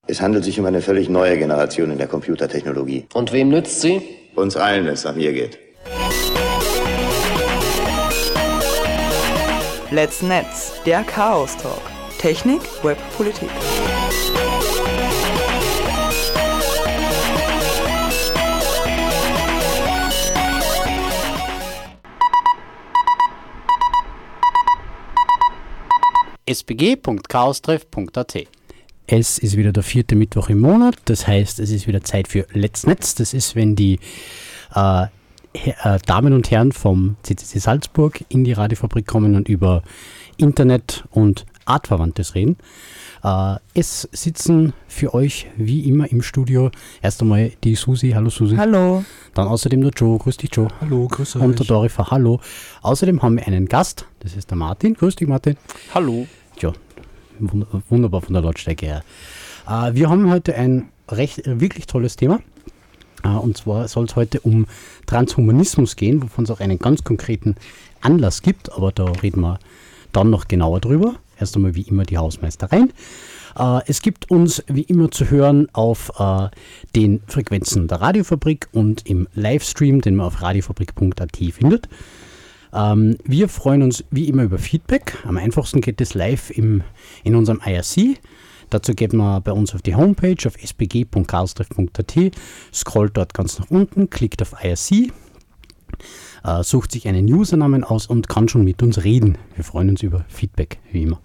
Es handelt sich um eine völlig neue Generation in der Computertechnologie. Und wem nützt sie? Uns allen, wenn es nach mir geht. Let's Netz, der Chaos Talk. Technik, Web, Politik. sbg.chaostreff.at. Es ist wieder der 4. Mittwoch im Monat, das heißt, es ist wieder Zeit für Let's Netz. Das ist, wenn die Damen und Herren vom CCC Salzburg in die Radiofabrik kommen und über Internet und Artverwandtes reden. Es sitzen für euch wie immer im Studio erst einmal die Susi. Hallo Susi. Hallo. Dann außerdem der Joe. Grüß dich Joe. Hallo, grüß euch. Und der Dorifer. Hallo. Außerdem haben wir einen Gast, das ist der Martin. Grüß dich Martin. Hallo. Ja, wunderbar von der Lautstärke her. Wir haben heute ein wirklich tolles Thema. Und zwar soll es heute um Transhumanismus gehen, wovon es auch einen ganz konkreten Anlass gibt. Aber da reden wir dann noch genauer drüber. Erst einmal wie immer die Hausmeistereien. Es gibt uns wie immer zu hören auf den Frequenzen der Radiofabrik und im Livestream, den man auf radiofabrik.at findet. Wir freuen uns wie immer über Feedback. Am einfachsten geht es live in unserem IRC. Dazu geht man bei uns auf die Homepage auf sbg.chaostreff.at, scrollt dort ganz nach unten, klickt auf IRC, sucht sich einen Usernamen aus und kann schon mit uns reden. Wir freuen uns über Feedback, wie immer.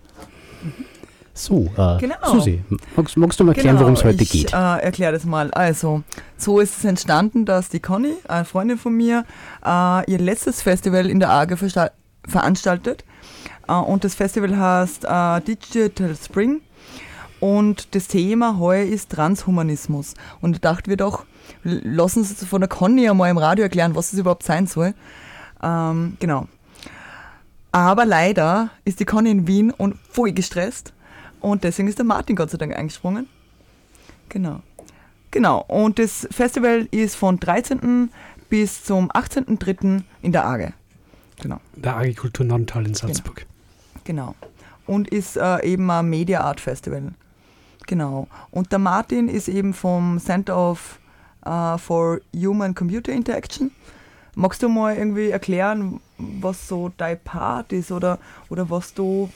So, genau. Susi, magst du mal erklären, worum es heute geht? Ich erkläre das mal. Also, so ist es entstanden, dass die Conny, eine Freundin von mir, ihr letztes Festival in der AGE veranstaltet. Und das Festival heißt Digital Spring. Und das Thema heuer ist Transhumanismus. Und da dachten wir doch, lassen Sie es von der Conny einmal im Radio erklären, was das überhaupt sein soll. Genau. Aber leider ist die Conny in Wien und voll gestresst. Und deswegen ist der Martin Gott sei Dank eingesprungen. Genau. Und das Festival ist von 13. bis zum 18.03. in der AGE. Genau. Der AG Kultur Nonntal in Salzburg. Genau. Und ist eben ein Media Art Festival. Genau. Und der Martin ist eben vom Center for Human Computer Interaction. Magst du mal irgendwie erklären, was so dein Part ist oder was du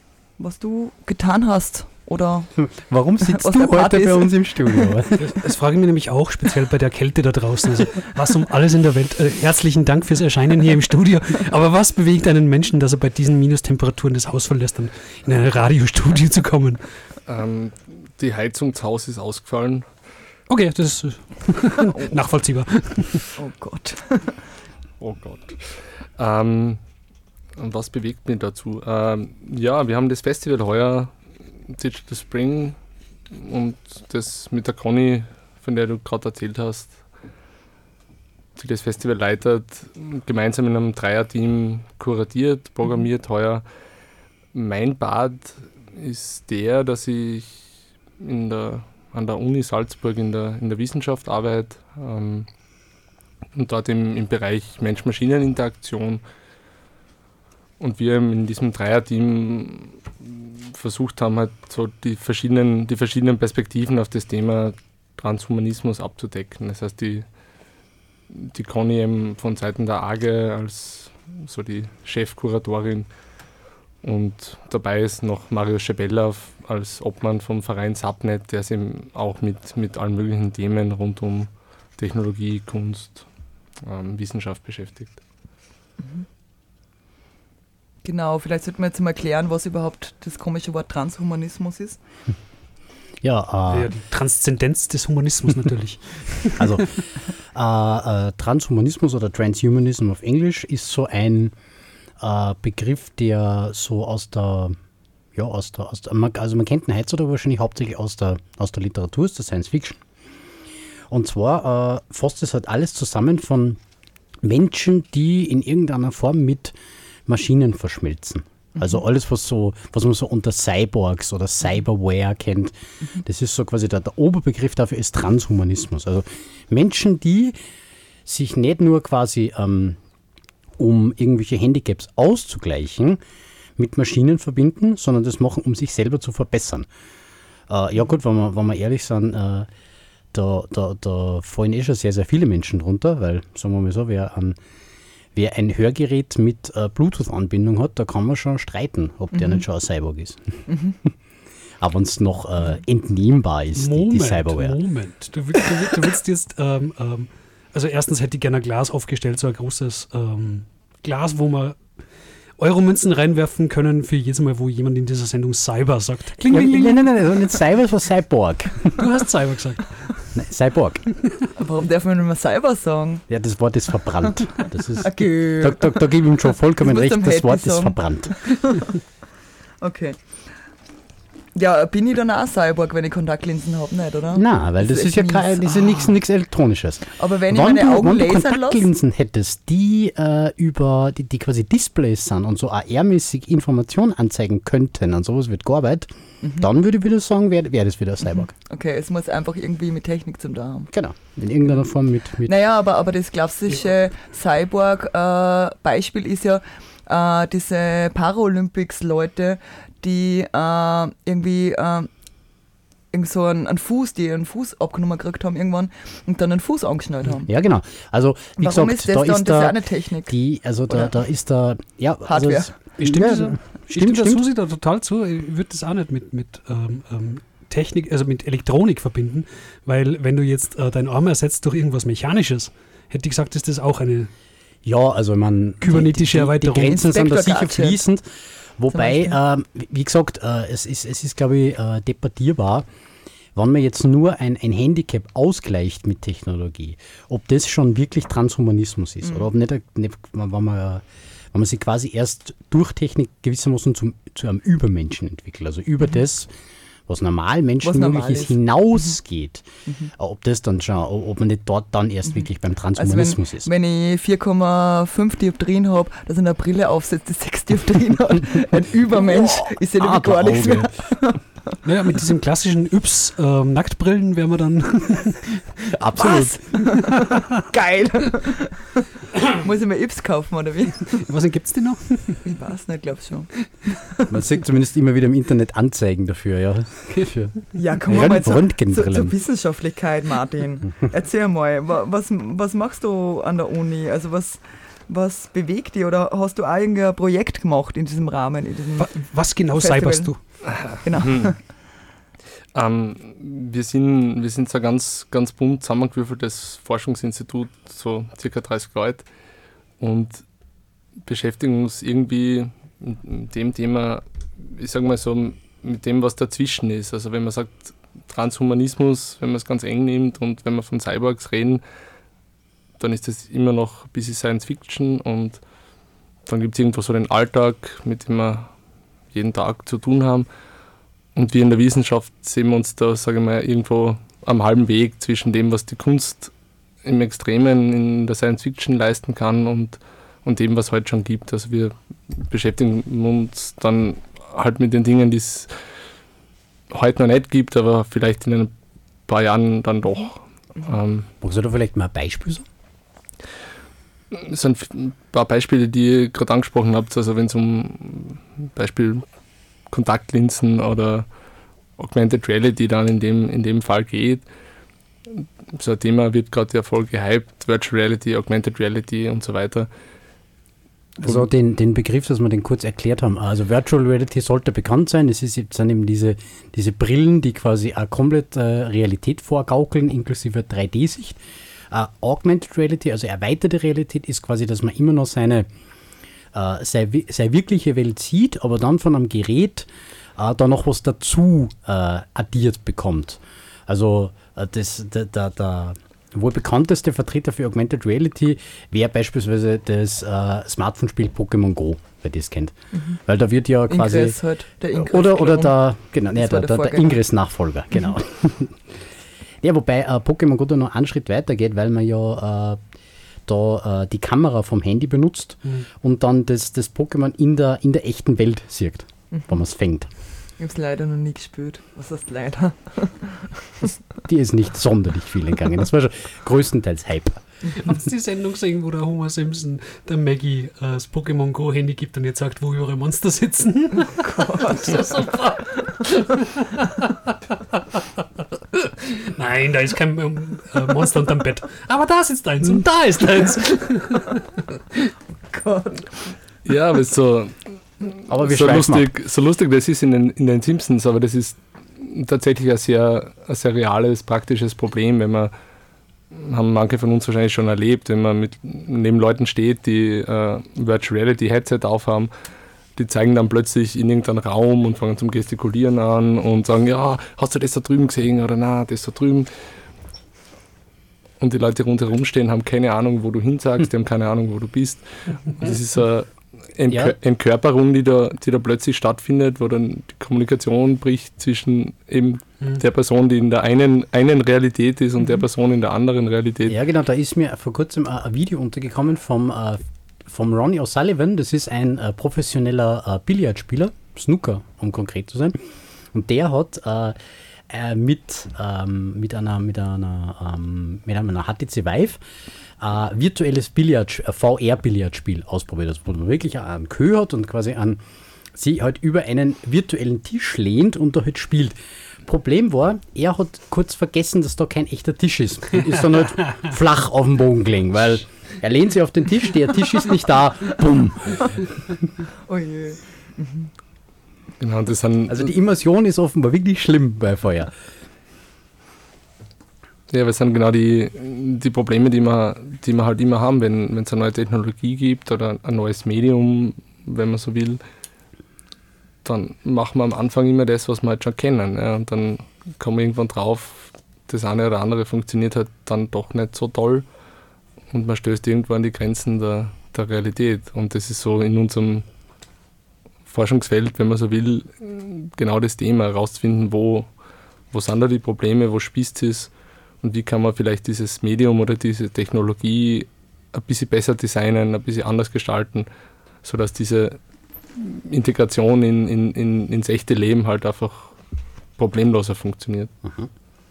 getan hast? Oder warum sitzt du heute bei uns im Studio? Das frage ich mich nämlich auch, speziell bei der Kälte da draußen. Also, was um alles in der Welt. Herzlichen Dank fürs Erscheinen hier im Studio. Aber was bewegt einen Menschen, dass er bei diesen Minustemperaturen das Haus verlässt, um in ein Radiostudio zu kommen? Die Heizung zu Hause ist ausgefallen. Okay, das ist nachvollziehbar. Oh Gott. Oh Gott. Und was bewegt mich dazu? Ja, wir haben das Festival heuer, Digital Spring, und das mit der Conny, von der du gerade erzählt hast, die das Festival leitet, gemeinsam in einem Dreierteam kuratiert, programmiert heuer. Mein Part ist der, dass ich an der Uni Salzburg in der Wissenschaft arbeite und dort im Bereich Mensch-Maschinen-Interaktion. Und wir in diesem Dreierteam versucht haben, halt so die verschiedenen Perspektiven auf das Thema Transhumanismus abzudecken. Das heißt, die Conny eben von Seiten der AGE als so die Chefkuratorin, und dabei ist noch Mario Schebella als Obmann vom Verein Subnet, der sich eben auch mit allen möglichen Themen rund um Technologie, Kunst, Wissenschaft beschäftigt. Mhm. Genau, vielleicht sollten wir jetzt mal erklären, was überhaupt das komische Wort Transhumanismus ist. Ja, die Transzendenz des Humanismus natürlich. Also Transhumanismus oder Transhumanism auf Englisch ist so ein Begriff, der so also man kennt ihn heutzutage wahrscheinlich hauptsächlich aus der Literatur, aus der Science Fiction. Und zwar fasst es halt alles zusammen von Menschen, die in irgendeiner Form mit Maschinen verschmelzen. Also alles, was man so unter Cyborgs oder Cyberware kennt, das ist so quasi der Oberbegriff dafür ist Transhumanismus. Also Menschen, die sich nicht nur quasi um irgendwelche Handicaps auszugleichen, mit Maschinen verbinden, sondern das machen, um sich selber zu verbessern. Ja gut, wenn wir ehrlich sind, da fallen schon sehr, sehr viele Menschen drunter, weil, sagen wir mal so, wer ein Hörgerät mit Bluetooth-Anbindung hat, da kann man schon streiten, ob der nicht schon ein Cyborg ist. Aber wenn es noch entnehmbar ist, die Cyberware. Moment, du willst jetzt, also erstens hätte ich gerne ein Glas aufgestellt, so ein großes Glas, wo man Euromünzen reinwerfen können für jedes Mal, wo jemand in dieser Sendung Cyber sagt. Kling, kling, kling. Nein, nicht Cyber, es war Cyborg. Du hast Cyber gesagt. Nein, Cyborg. Warum darf man nicht mehr Cyber sagen? Ja, das Wort ist verbrannt. Das ist, Okay. da gebe ich ihm schon vollkommen Du musst recht, am das Wort Happy ist sagen. verbrannt. Okay. Ja, bin ich dann auch Cyborg, wenn ich Kontaktlinsen habe, nicht, oder? Nein, weil das ist ja nichts Elektronisches. Aber wenn ich meine Augen wenn du lasern lasse, Kontaktlinsen hättest, die über die quasi Displays sind und so AR-mäßig Informationen anzeigen könnten, an sowas wird gearbeitet, dann würde ich wieder sagen, wäre das wieder ein Cyborg. okay, es muss einfach irgendwie mit Technik zum da haben. Genau, in irgendeiner Form mit Naja, aber das klassische Cyborg-Beispiel ist ja diese Paralympics-Leute, die irgendwie irgend so einen Fuß abgenommen gekriegt haben irgendwann und dann einen Fuß angeschnallt haben. Ja, genau. Also, wie Warum gesagt, ist das da dann? ist Das ist ja da eine Technik. da ist da, ja, Hardware. Also, Stimmt, da Susi da total zu. Ich würde das auch nicht mit Technik, also mit Elektronik verbinden, weil wenn du jetzt deinen Arm ersetzt durch irgendwas Mechanisches, hätte ich gesagt, ist das auch eine ja, also man kybernetische Erweiterung. Die Grenzen sind da Inspector sicher Gadget. fließend. Wobei, wie gesagt, es ist, glaube ich, debattierbar, wenn man jetzt nur ein Handicap ausgleicht mit Technologie, ob das schon wirklich Transhumanismus ist oder ob nicht, wenn man sich quasi erst durch Technik gewissermaßen zu einem Übermenschen entwickelt, also über das, was normal Menschen möglich ist, hinausgeht, ob das dann schon, ob man nicht dort dann erst wirklich beim Transhumanismus ist. Wenn ich 4,5 Dioptrien habe, dass ich eine Brille aufsetzt, die 6 Dioptrien hat, ein Übermensch, ich sehe nämlich gar nichts mehr. Naja, mit diesen klassischen Nacktbrillen wären wir dann Absolut. Geil! Muss ich mir Yps kaufen, oder wie? Was gibt es denn noch? Ich weiß nicht, glaub schon. Man sieht zumindest immer wieder im Internet Anzeigen dafür, ja. Ja, kommen wir mal zur Röntgenbrillen. Wissenschaftlichkeit, Martin. Erzähl mal, was machst du an der Uni? Also was bewegt dich? Oder hast du auch irgendein Projekt gemacht in diesem Rahmen? Was genau Festival? cyberst du? Genau. Wir sind so ein ganz bunt zusammengewürfeltes Forschungsinstitut, so circa 30 Leute, und beschäftigen uns irgendwie mit dem Thema, ich sage mal so, mit dem, was dazwischen ist. Also wenn man sagt Transhumanismus, wenn man es ganz eng nimmt und wenn wir von Cyborgs reden, dann ist das immer noch ein bisschen Science Fiction, und dann gibt es irgendwo so den Alltag, mit dem wir jeden Tag zu tun haben. Und wir in der Wissenschaft sehen wir uns da, sage ich mal, irgendwo am halben Weg zwischen dem, was die Kunst im Extremen in der Science Fiction leisten kann und dem, was es heute schon gibt. Also wir beschäftigen uns dann halt mit den Dingen, die es heute noch nicht gibt, aber vielleicht in ein paar Jahren dann doch. Magst du da vielleicht mal ein Beispiel sagen? Es sind ein paar Beispiele, die ihr gerade angesprochen habt, also wenn es um Beispiel Kontaktlinsen oder Augmented Reality dann in dem Fall geht. So ein Thema wird gerade ja voll gehypt, Virtual Reality, Augmented Reality und so weiter. Also den Begriff, dass wir den kurz erklärt haben, also Virtual Reality sollte bekannt sein, es sind eben diese Brillen, die quasi eine komplette Realität vorgaukeln, inklusive 3D-Sicht. Augmented Reality, also erweiterte Realität, ist quasi, dass man immer noch seine wirkliche Welt sieht, aber dann von einem Gerät da noch was dazu addiert bekommt. Also der wohl bekannteste Vertreter für Augmented Reality wäre beispielsweise das Smartphone-Spiel Pokémon Go, wer das kennt. Weil da wird ja quasi Ingress halt, der Ingress oder der Vorgänger. Ingress-Nachfolger, genau. Ja, wobei Pokémon Go da noch einen Schritt weiter geht, weil man ja da die Kamera vom Handy benutzt und dann das Pokémon in der echten Welt sieht, wenn man es fängt. Ich habe es leider noch nie gespielt. Was heißt leider? Die ist nicht sonderlich viel entgangen. Das war schon größtenteils Hype. Habt ihr die Sendung gesehen, wo der Homer Simpson der Maggie das Pokémon Go Handy gibt und jetzt sagt, wo ihre Monster sitzen? Oh Gott. Das ist super. Nein, da ist kein Monster unterm Bett. Aber da sitzt eins und da ist eins. Oh Gott. Ja, aber es ist so, Aber so lustig das ist in den Simpsons, aber das ist tatsächlich ein sehr reales, praktisches Problem, wenn man, haben manche von uns wahrscheinlich schon erlebt, wenn man neben Leuten steht, die Virtual Reality Headset aufhaben, die zeigen dann plötzlich in irgendeinen Raum und fangen zum Gestikulieren an und sagen, ja, hast du das da drüben gesehen oder na, das da drüben. Und die Leute rundherum stehen, haben keine Ahnung, wo du hinsagst, die haben keine Ahnung, wo du bist. Und das ist eine Entkörperung, die da plötzlich stattfindet, wo dann die Kommunikation bricht zwischen eben der Person, die in der einen Realität ist und der Person in der anderen Realität. Ja, genau, da ist mir vor kurzem ein Video untergekommen vom Ronnie O'Sullivan. Das ist ein professioneller Billardspieler, Snooker, um konkret zu sein. Und der hat mit einer HTC Vive virtuelles VR-Billardspiel ausprobiert, wo man wirklich einen Kö hat und quasi sie halt über einen virtuellen Tisch lehnt und da halt spielt. Problem war, er hat kurz vergessen, dass da kein echter Tisch ist. Und ist dann halt flach auf den Boden gelegen, weil er lehnt sich auf den Tisch, der Tisch ist nicht da, bumm. Oh je. Genau, also die Immersion ist offenbar wirklich schlimm bei Feuer. Ja, das sind genau die Probleme, die wir halt immer haben, wenn es eine neue Technologie gibt oder ein neues Medium, wenn man so will, dann machen wir am Anfang immer das, was wir halt schon kennen. Ja, und dann kommen wir irgendwann drauf, das eine oder andere funktioniert halt dann doch nicht so toll und man stößt irgendwo an die Grenzen der Realität. Und das ist so in unserem Forschungsfeld, wenn man so will, genau das Thema, herauszufinden, wo sind da die Probleme, wo spießt es und wie kann man vielleicht dieses Medium oder diese Technologie ein bisschen besser designen, ein bisschen anders gestalten, sodass diese Integration ins echte Leben halt einfach problemloser funktioniert. Mhm.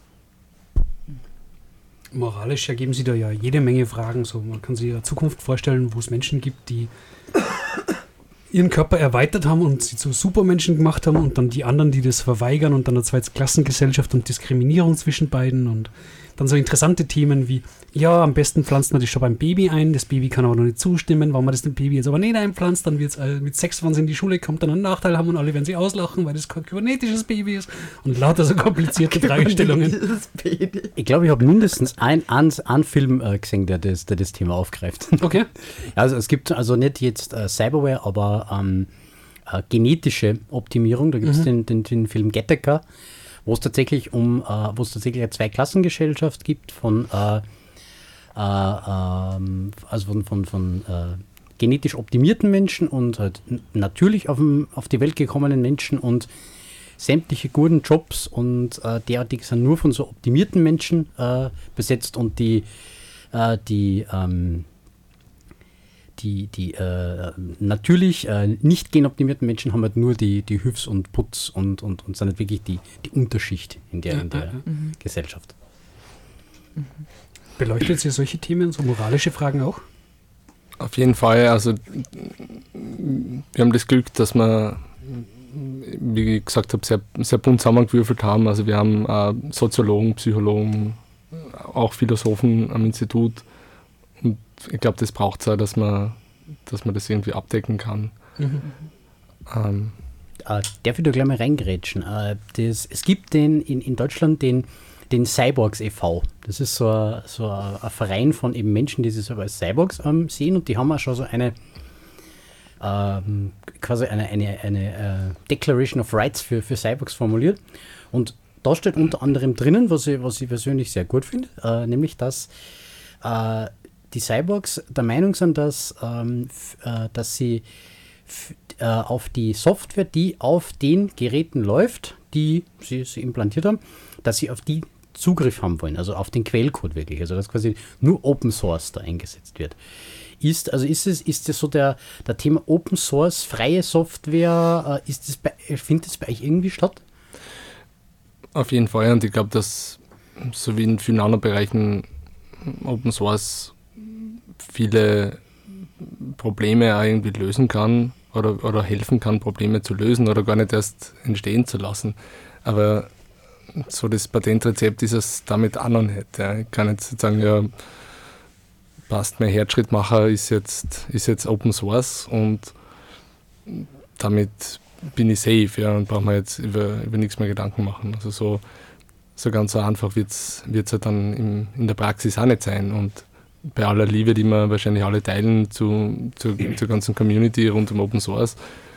Moralisch ergeben sich da ja jede Menge Fragen. So, man kann sich eine Zukunft vorstellen, wo es Menschen gibt, die ihren Körper erweitert haben und sie zu Supermenschen gemacht haben und dann die anderen, die das verweigern und dann eine Zweiklassengesellschaft und Diskriminierung zwischen beiden und dann so interessante Themen wie, ja, am besten pflanzt man das schon beim Baby ein, das Baby kann aber noch nicht zustimmen, wenn man das dem Baby jetzt aber nicht einpflanzt, dann wird es mit 6, wenn sie in die Schule kommt, dann einen Nachteil haben und alle werden sie auslachen, weil das kein kybernetisches Baby ist und lauter so komplizierte Fragestellungen. Ich glaube, ich habe mindestens einen Film gesehen, der das Thema aufgreift. Okay. Also es gibt also nicht jetzt Cyberware, aber genetische Optimierung. Da gibt es den Film Gattaca, wo es tatsächlich eine Zweiklassengesellschaft gibt von genetisch optimierten Menschen und halt natürlich auf die Welt gekommenen Menschen und sämtliche guten Jobs und derartig sind nur von so optimierten Menschen besetzt und die natürlich nicht genoptimierten Menschen haben halt nur die Hüfs und Putz und sind halt wirklich die Unterschicht in der Gesellschaft. Beleuchtet ihr solche Themen, so moralische Fragen auch? Auf jeden Fall. Also wir haben das Glück, dass wir, wie ich gesagt habe, sehr, sehr bunt zusammengewürfelt haben. Also wir haben Soziologen, Psychologen, auch Philosophen am Institut. Und ich glaube, das braucht es auch, dass man das irgendwie abdecken kann. Darf ich da gleich mal reingrätschen? Es gibt in Deutschland den Cyborgs e.V. Das ist so ein Verein von eben Menschen, die sich selber als Cyborgs sehen und die haben auch schon so eine quasi eine Declaration of Rights für Cyborgs formuliert. Und da steht unter anderem drinnen, was ich persönlich sehr gut finde, nämlich, dass die Cyborgs der Meinung sind, dass sie auf die Software, die auf den Geräten läuft, die sie implantiert haben, dass sie auf die Zugriff haben wollen, also auf den Quellcode wirklich, also dass quasi nur Open Source da eingesetzt wird. ist das so der Thema Open Source, freie Software, findet das bei euch irgendwie statt? Auf jeden Fall, und ich glaube, dass so wie in vielen anderen Bereichen Open Source viele Probleme auch irgendwie lösen kann oder helfen kann, Probleme zu lösen oder gar nicht erst entstehen zu lassen. Aber so das Patentrezept ist es damit auch noch nicht. Ja. Ich kann jetzt sagen, ja, passt, mein Herzschrittmacher ist jetzt Open Source und damit bin ich safe, ja, und brauche mir jetzt über nichts mehr Gedanken machen. Also so ganz so einfach wird es halt dann in der Praxis auch nicht sein. Und bei aller Liebe, die wir wahrscheinlich alle teilen zur ganzen Community rund um Open Source,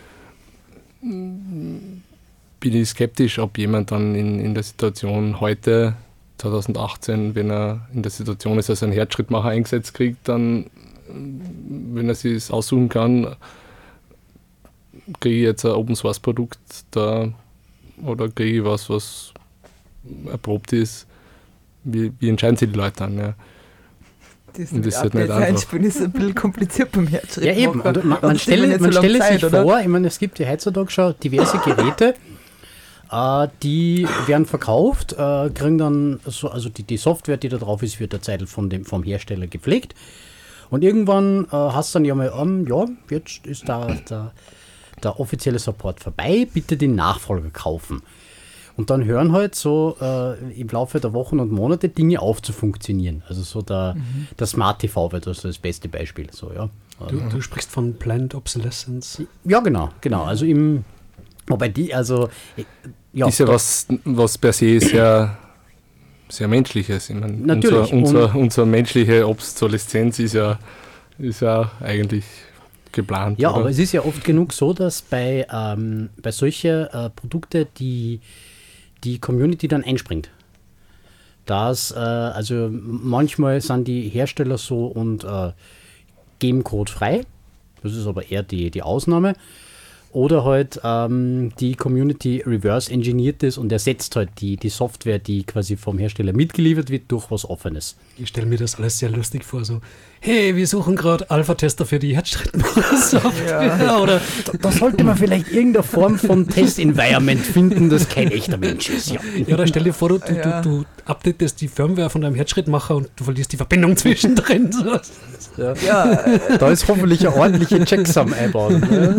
bin ich skeptisch, ob jemand dann in der Situation heute, 2018, wenn er in der Situation ist, dass er einen Herzschrittmacher eingesetzt kriegt, dann, wenn er sich das aussuchen kann, kriege ich jetzt ein Open Source Produkt da oder kriege ich was erprobt ist. Wie entscheiden sich die Leute dann? Ja? Das Und das ist halt nicht einfach. Einspielen ist ein bisschen kompliziert beim Herzschritt. Ja, eben. Und man stelle sich vor, ich meine, es gibt ja heutzutage schon diverse Geräte, die werden verkauft, kriegen dann also die Software, die da drauf ist, wird derzeit vom Hersteller gepflegt. Und irgendwann hast du dann ja mal, jetzt ist der offizielle Support vorbei, bitte den Nachfolger kaufen. Und dann hören halt so im Laufe der Wochen und Monate Dinge auf zu funktionieren. Also so der Smart TV wird das beste Beispiel. So, ja. Du sprichst von Planned Obsolescence. Ja, genau. Also wobei die, also ja. Ist ja was per se sehr, sehr Menschliches. Ich meine, natürlich. Unsere menschliche Obsoleszenz ist ja eigentlich geplant. Ja, oder? aber es ist ja oft genug so, dass bei solchen Produkten die Community dann einspringt. Also manchmal sind die Hersteller so und geben Code frei. Das ist aber eher die Ausnahme. Oder halt die Community reverse engineert ist und ersetzt halt die Software, die quasi vom Hersteller mitgeliefert wird, durch was Offenes. Ich stelle mir das alles sehr lustig vor, so, hey, wir suchen gerade Alpha-Tester für die Herzschrittmacher-Software. Ja. Oder Da sollte man vielleicht irgendeine Form von Test-Environment finden, das kein echter Mensch ist. Ja, da stell dir vor, du updatest die Firmware von deinem Herzschrittmacher und du verlierst die Verbindung zwischendrin. So. Da ist hoffentlich eine ordentliche Checksum einbaut.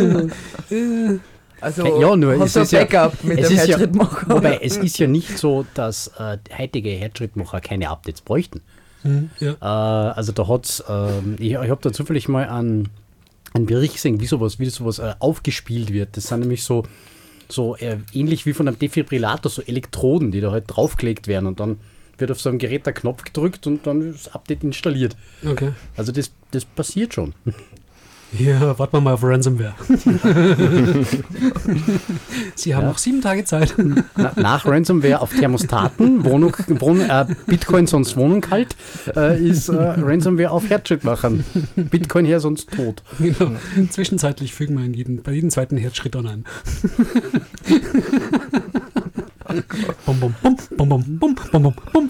Also ja, nur hast du ein Backup mit dem Herzschrittmacher. Wobei, es ist ja nicht so, dass heutige Herzschrittmacher keine Updates bräuchten. Also da hat es, ich habe da zufällig mal einen Bericht gesehen, wie sowas aufgespielt wird. Das sind nämlich so ähnlich wie von einem Defibrillator, so Elektroden, die da halt draufgelegt werden und dann wird auf so einem Gerät der Knopf gedrückt und dann ist das Update installiert. Okay. Also das passiert schon. Ja, warten wir mal auf Ransomware. Sie haben noch 7 Tage Zeit. Nach Ransomware auf Thermostaten, Bitcoin sonst Wohnung kalt, ist Ransomware auf Herzschrittmachern. Bitcoin her sonst tot. Genau. Zwischenzeitlich fügen wir bei jedem zweiten Herzschritt an ein. Bum, bum, bum, bum, bum, bum, bum, bum.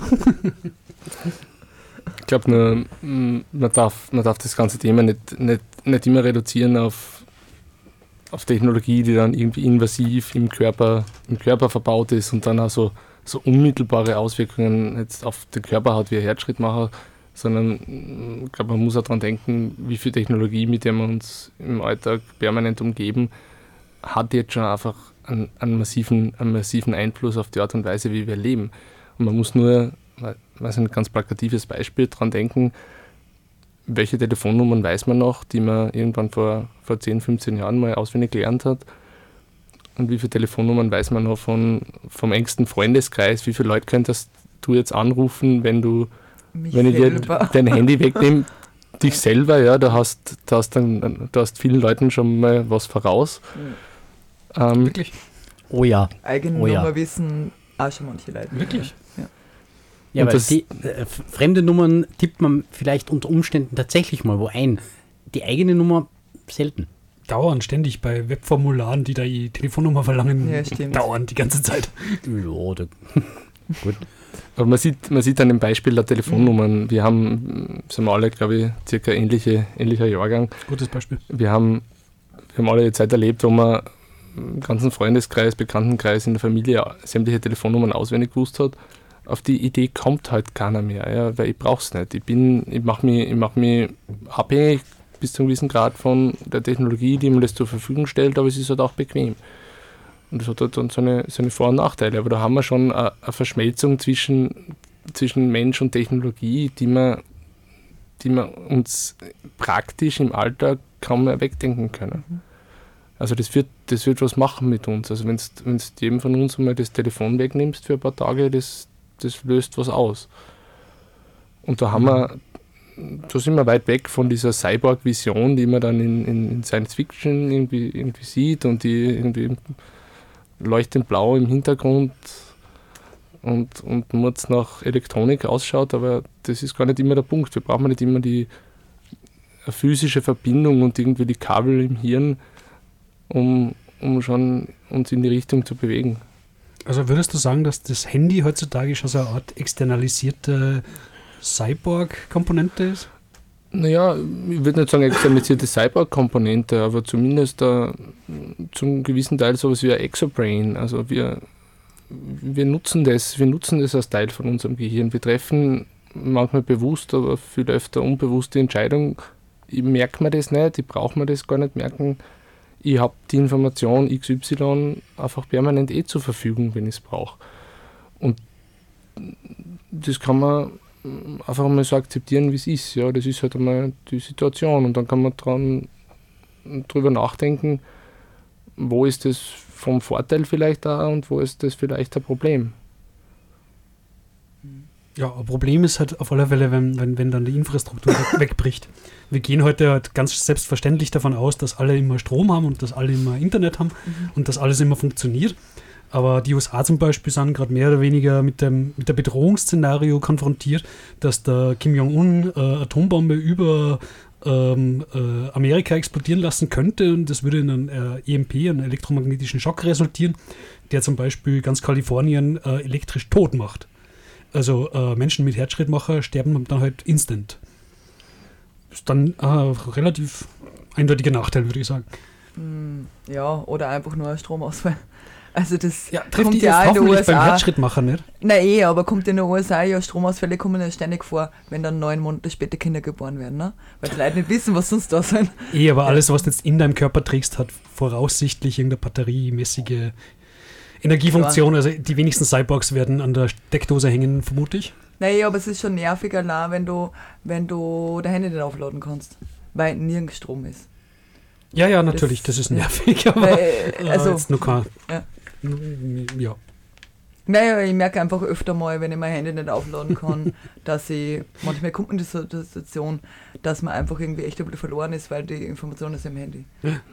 Ich glaube, man darf das ganze Thema nicht immer reduzieren auf Technologie, die dann irgendwie invasiv im Körper verbaut ist und dann auch so unmittelbare Auswirkungen jetzt auf den Körper hat wie ein Herzschrittmacher, sondern ich glaube, man muss auch daran denken, wie viel Technologie, mit der wir uns im Alltag permanent umgeben, hat jetzt schon einfach einen massiven Einfluss auf die Art und Weise, wie wir leben. Und man muss nur, ein ganz plakatives Beispiel, daran denken, welche Telefonnummern weiß man noch, die man irgendwann vor 10, 15 Jahren mal auswendig gelernt hat, und wie viele Telefonnummern weiß man noch vom engsten Freundeskreis, wie viele Leute könntest du jetzt anrufen, wenn ich dir dein Handy wegnehme, dich selber, ja, du hast vielen Leuten schon mal was voraus. Wirklich? Oh ja. Eigene Nummer wissen auch schon manche Leute. Wirklich? Ja, weil die fremde Nummern tippt man vielleicht unter Umständen tatsächlich mal wo ein. Die eigene Nummer selten. Dauernd, ständig bei Webformularen, die da die Telefonnummer verlangen. Ja, stimmt. Dauernd, die ganze Zeit. Ja, Gut. Aber man sieht an dem Beispiel der Telefonnummern, sind wir alle, glaube ich, circa ähnlicher Jahrgang. Gutes Beispiel. Wir haben alle die Zeit erlebt, wo man im ganzen Freundeskreis, Bekanntenkreis, in der Familie sämtliche Telefonnummern auswendig gewusst hat. Auf die Idee kommt halt keiner mehr, ja, weil ich brauche es nicht. Ich mach mich abhängig bis zu einem gewissen Grad von der Technologie, die mir das zur Verfügung stellt, aber es ist halt auch bequem. Und das hat halt dann seine Vor- und Nachteile. Aber da haben wir schon eine Verschmelzung zwischen Mensch und Technologie, die wir uns praktisch im Alltag kaum mehr wegdenken können. Also das wird was machen mit uns. Also wenn du jedem von uns einmal das Telefon wegnimmst für ein paar Tage, das löst was aus. Und da sind wir weit weg von dieser Cyborg-Vision, die man dann in Science Fiction irgendwie sieht und die irgendwie leuchtend blau im Hintergrund und nur nach Elektronik ausschaut, aber das ist gar nicht immer der Punkt. Wir brauchen nicht immer eine physische Verbindung und irgendwie die Kabel im Hirn, um schon uns in die Richtung zu bewegen. Also würdest du sagen, dass das Handy heutzutage schon so eine Art externalisierte Cyborg-Komponente ist? Naja, ich würde nicht sagen externalisierte Cyborg-Komponente, aber zumindest zum gewissen Teil sowas wie ein Exobrain. Also wir nutzen das als Teil von unserem Gehirn. Wir treffen manchmal bewusst, aber viel öfter unbewusste Entscheidungen. Ich merke mir das nicht, ich brauche mir das gar nicht merken. Ich habe die Information XY einfach permanent zur Verfügung, wenn ich es brauche. Und das kann man einfach mal so akzeptieren, wie es ist. Ja, das ist halt einmal die Situation und dann kann man drüber nachdenken, wo ist das vom Vorteil vielleicht da und wo ist das vielleicht ein Problem. Ja, ein Problem ist halt auf alle Fälle, wenn dann die Infrastruktur wegbricht. Wir gehen heute halt ganz selbstverständlich davon aus, dass alle immer Strom haben und dass alle immer Internet haben und dass alles immer funktioniert. Aber die USA zum Beispiel sind gerade mehr oder weniger mit der Bedrohungsszenario konfrontiert, dass der Kim Jong-un Atombombe über Amerika explodieren lassen könnte und das würde in einen EMP, einen elektromagnetischen Schock resultieren, der zum Beispiel ganz Kalifornien elektrisch tot macht. Also Menschen mit Herzschrittmacher sterben dann halt instant. Ist dann relativ eindeutiger Nachteil, würde ich sagen. Ja, oder einfach nur ein Stromausfall. Also das trifft kommt die ja jetzt in den hoffentlich beim USA. Herzschrittmacher nicht. Nein, aber kommt in den USA ja, Stromausfälle kommen ja ständig vor, wenn dann 9 Monate später Kinder geboren werden, ne? Weil die Leute nicht wissen, was sonst da sind. Aber alles, was du jetzt in deinem Körper trägst, hat voraussichtlich irgendeine batteriemäßige Energiefunktion. Also die wenigsten Cyborgs werden an der Steckdose hängen, vermute ich. Nein, aber es ist schon nervig allein, wenn du dein Handy nicht aufladen kannst, weil nirgends Strom ist. Ja, natürlich, das ist nervig, aber also, jetzt noch kein... Ja. Naja, ich merke einfach öfter mal, wenn ich mein Handy nicht aufladen kann, dass manchmal kommt in die Situation, dass man einfach irgendwie echt ein bisschen verloren ist, weil die Information ist im Handy.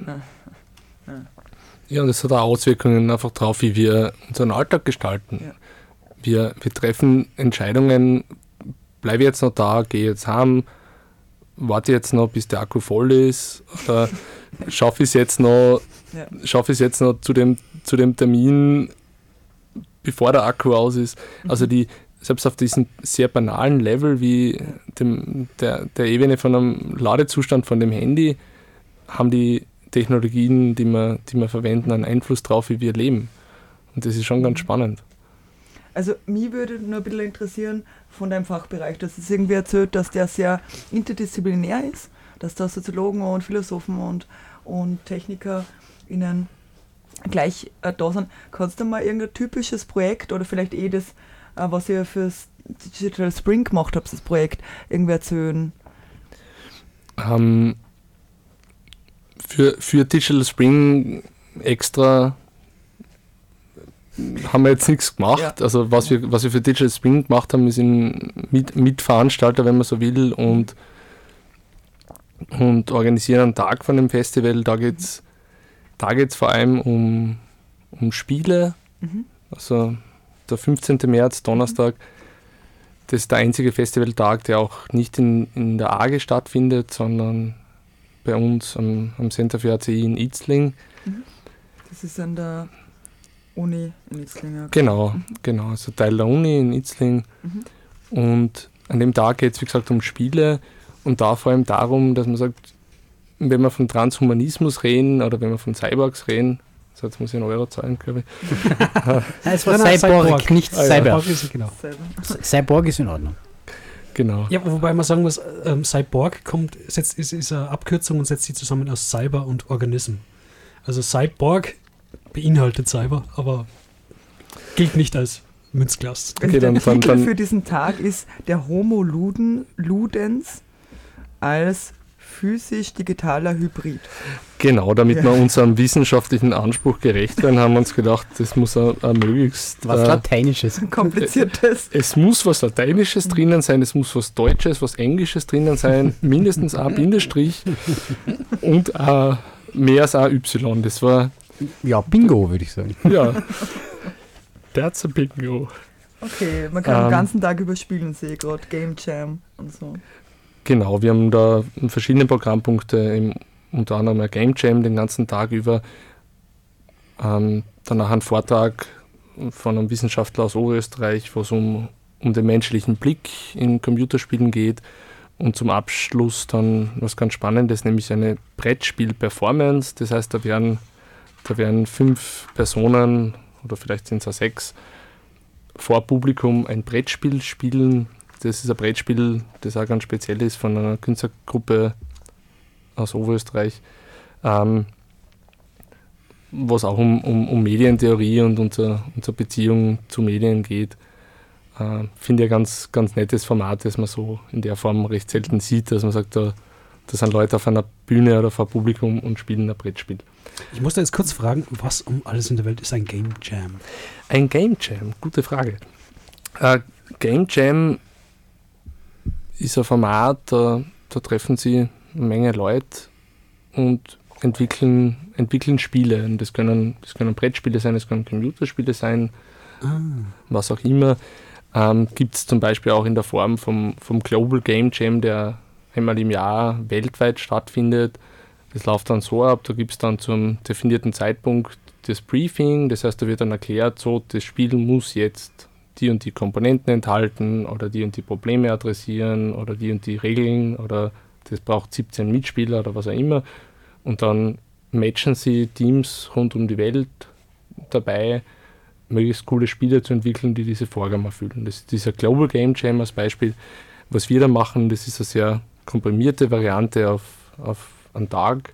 Ja, und das hat auch Auswirkungen einfach drauf, wie wir unseren Alltag gestalten. Ja. Wir treffen Entscheidungen, bleibe ich jetzt noch da, gehe jetzt heim, warte jetzt noch, bis der Akku voll ist, oder schaffe ich es jetzt noch zu dem Termin, bevor der Akku aus ist. Also selbst auf diesem sehr banalen Level wie der Ebene von einem Ladezustand von dem Handy haben die Technologien, die wir verwenden, einen Einfluss drauf, wie wir leben. Und das ist schon ganz spannend. Also mich würde nur ein bisschen interessieren von deinem Fachbereich, dass es irgendwie erzählt, dass der sehr interdisziplinär ist, dass da Soziologen und Philosophen und TechnikerInnen gleich da sind. Kannst du mal irgendein typisches Projekt oder vielleicht das, was ihr fürs Digital Spring gemacht habt, das Projekt, irgendwie erzählen? Für Digital Spring extra haben wir jetzt nichts gemacht. Ja. Also was wir für Digital Spring gemacht haben, wir sind Mitveranstalter, wenn man so will, und organisieren einen Tag von dem Festival. Da geht's vor allem um Spiele. Also der 15. März, Donnerstag, das ist der einzige Festivaltag, der auch nicht in der AGE stattfindet, sondern bei uns am Center für ACI in Itzling. Das ist an der Uni in Itzling. Genau, also Teil der Uni in Itzling. Und an dem Tag geht es, wie gesagt, um Spiele und da vor allem darum, dass man sagt, wenn wir von Transhumanismus reden oder wenn wir von Cyborgs reden, so jetzt muss ich einen Euro zahlen, glaube ich. Es war Cyborg, nicht Cyber. Genau. Cyborg ist in Ordnung. Genau. Ja, wobei man sagen muss, Cyborg ist eine Abkürzung und setzt sich zusammen aus Cyber und Organism. Also Cyborg beinhaltet Cyber, aber gilt nicht als Münzglas. Okay, der Titel für diesen Tag ist der Homo Ludens als physisch-digitaler Hybrid. Genau, damit wir unserem wissenschaftlichen Anspruch gerecht werden, haben wir uns gedacht, das muss ein möglichst... Was Lateinisches. Kompliziertes. Es muss was Lateinisches drinnen sein, es muss was Deutsches, was Englisches drinnen sein, mindestens ein Bindestrich und mehr als ein Y. Das war... Ja, Bingo, würde ich sagen. Ja, that's a Bingo. Okay, man kann den ganzen Tag überspielen, sehe ich gerade, Game Jam und so. Genau, wir haben da verschiedene Programmpunkte, unter anderem ein Game Jam den ganzen Tag über. Danach ein Vortrag von einem Wissenschaftler aus Oberösterreich, wo es um den menschlichen Blick in Computerspielen geht. Und zum Abschluss dann was ganz Spannendes, nämlich eine Brettspiel-Performance. Das heißt, da werden 5 Personen, oder vielleicht sind es auch 6, vor Publikum ein Brettspiel spielen. Das ist ein Brettspiel, das auch ganz speziell ist, von einer Künstlergruppe aus Oberösterreich, wo es auch um Medientheorie und unsere Beziehung zu Medien geht. Finde ich ein ganz, ganz nettes Format, das man so in der Form recht selten sieht, dass man sagt, da sind Leute auf einer Bühne oder vor Publikum und spielen ein Brettspiel. Ich muss da jetzt kurz fragen, was um alles in der Welt ist ein Game Jam? Ein Game Jam, gute Frage. Game Jam ist ein Format, da treffen sie eine Menge Leute und entwickeln Spiele. Und das können Brettspiele sein, das können Computerspiele sein, was auch immer. Gibt es zum Beispiel auch in der Form vom Global Game Jam, der einmal im Jahr weltweit stattfindet. Das läuft dann so ab, da gibt es dann zum definierten Zeitpunkt das Briefing, das heißt, da wird dann erklärt, so, das Spiel muss jetzt die und die Komponenten enthalten oder die und die Probleme adressieren oder die und die Regeln oder das braucht 17 Mitspieler oder was auch immer. Und dann matchen sie Teams rund um die Welt dabei, möglichst coole Spiele zu entwickeln, die diese Vorgaben erfüllen. Das ist dieser Global Game Jam als Beispiel. Was wir da machen, das ist eine sehr komprimierte Variante auf einen Tag.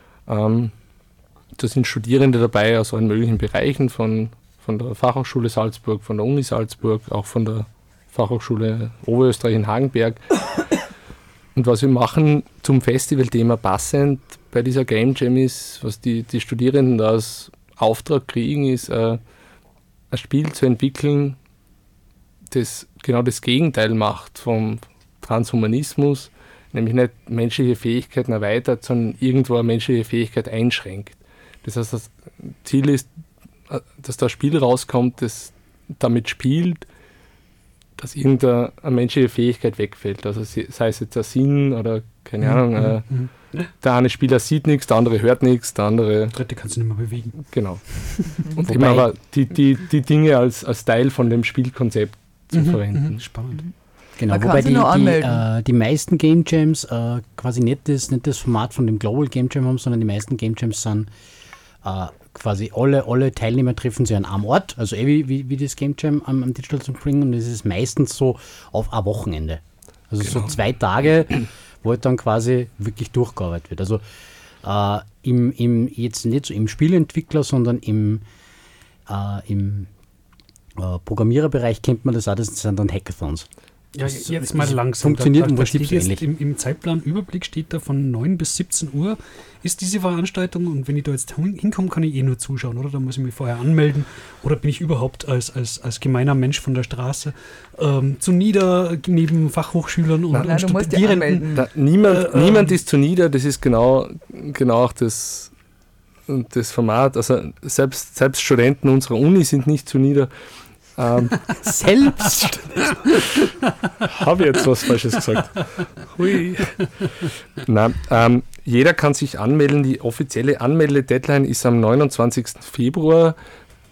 Da sind Studierende dabei aus allen möglichen Bereichen, von der Fachhochschule Salzburg, von der Uni Salzburg, auch von der Fachhochschule Oberösterreich in Hagenberg. Und was wir machen zum Festivalthema passend bei dieser Game Jam ist, was die Studierenden da als Auftrag kriegen, ist ein Spiel zu entwickeln, das genau das Gegenteil macht vom Transhumanismus, nämlich nicht menschliche Fähigkeiten erweitert, sondern irgendwo eine menschliche Fähigkeit einschränkt. Das heißt, das Ziel ist, dass da ein Spiel rauskommt, das damit spielt, dass irgendeine menschliche Fähigkeit wegfällt. Also sei es jetzt ein Sinn oder keine Ahnung, der eine Spieler sieht nichts, der andere hört nichts, der dritte kann sich nicht mehr bewegen. Genau. Und eben aber die Dinge als Teil von dem Spielkonzept zu verwenden. Spannend. Genau, wobei die meisten Game Jams quasi nicht das Format von dem Global Game Jam haben, sondern die meisten Game Jams sind quasi alle Teilnehmer treffen sich an einem Ort, also wie das Game Jam am Digital Spring, und das ist meistens so auf ein Wochenende. Also so 2 Tage, wo halt dann quasi wirklich durchgearbeitet wird. Also jetzt nicht so im Spielentwickler, sondern im Programmiererbereich kennt man das auch, das sind dann Hackathons. Ja, jetzt mal langsam. Funktioniert da steht jetzt im Zeitplanüberblick steht da von 9 bis 17 Uhr ist diese Veranstaltung, und wenn ich da jetzt hinkomme, kann ich nur zuschauen, oder? Da muss ich mich vorher anmelden, oder bin ich überhaupt als gemeiner Mensch von der Straße zu nieder neben Fachhochschülern und Studierenden? Niemand ist zu nieder, das ist genau auch das Format. Also selbst Studenten unserer Uni sind nicht zu nieder. Selbst? Habe ich jetzt was Falsches gesagt? Hui. Nein, jeder kann sich anmelden. Die offizielle Anmelde-Deadline ist am 29. Februar.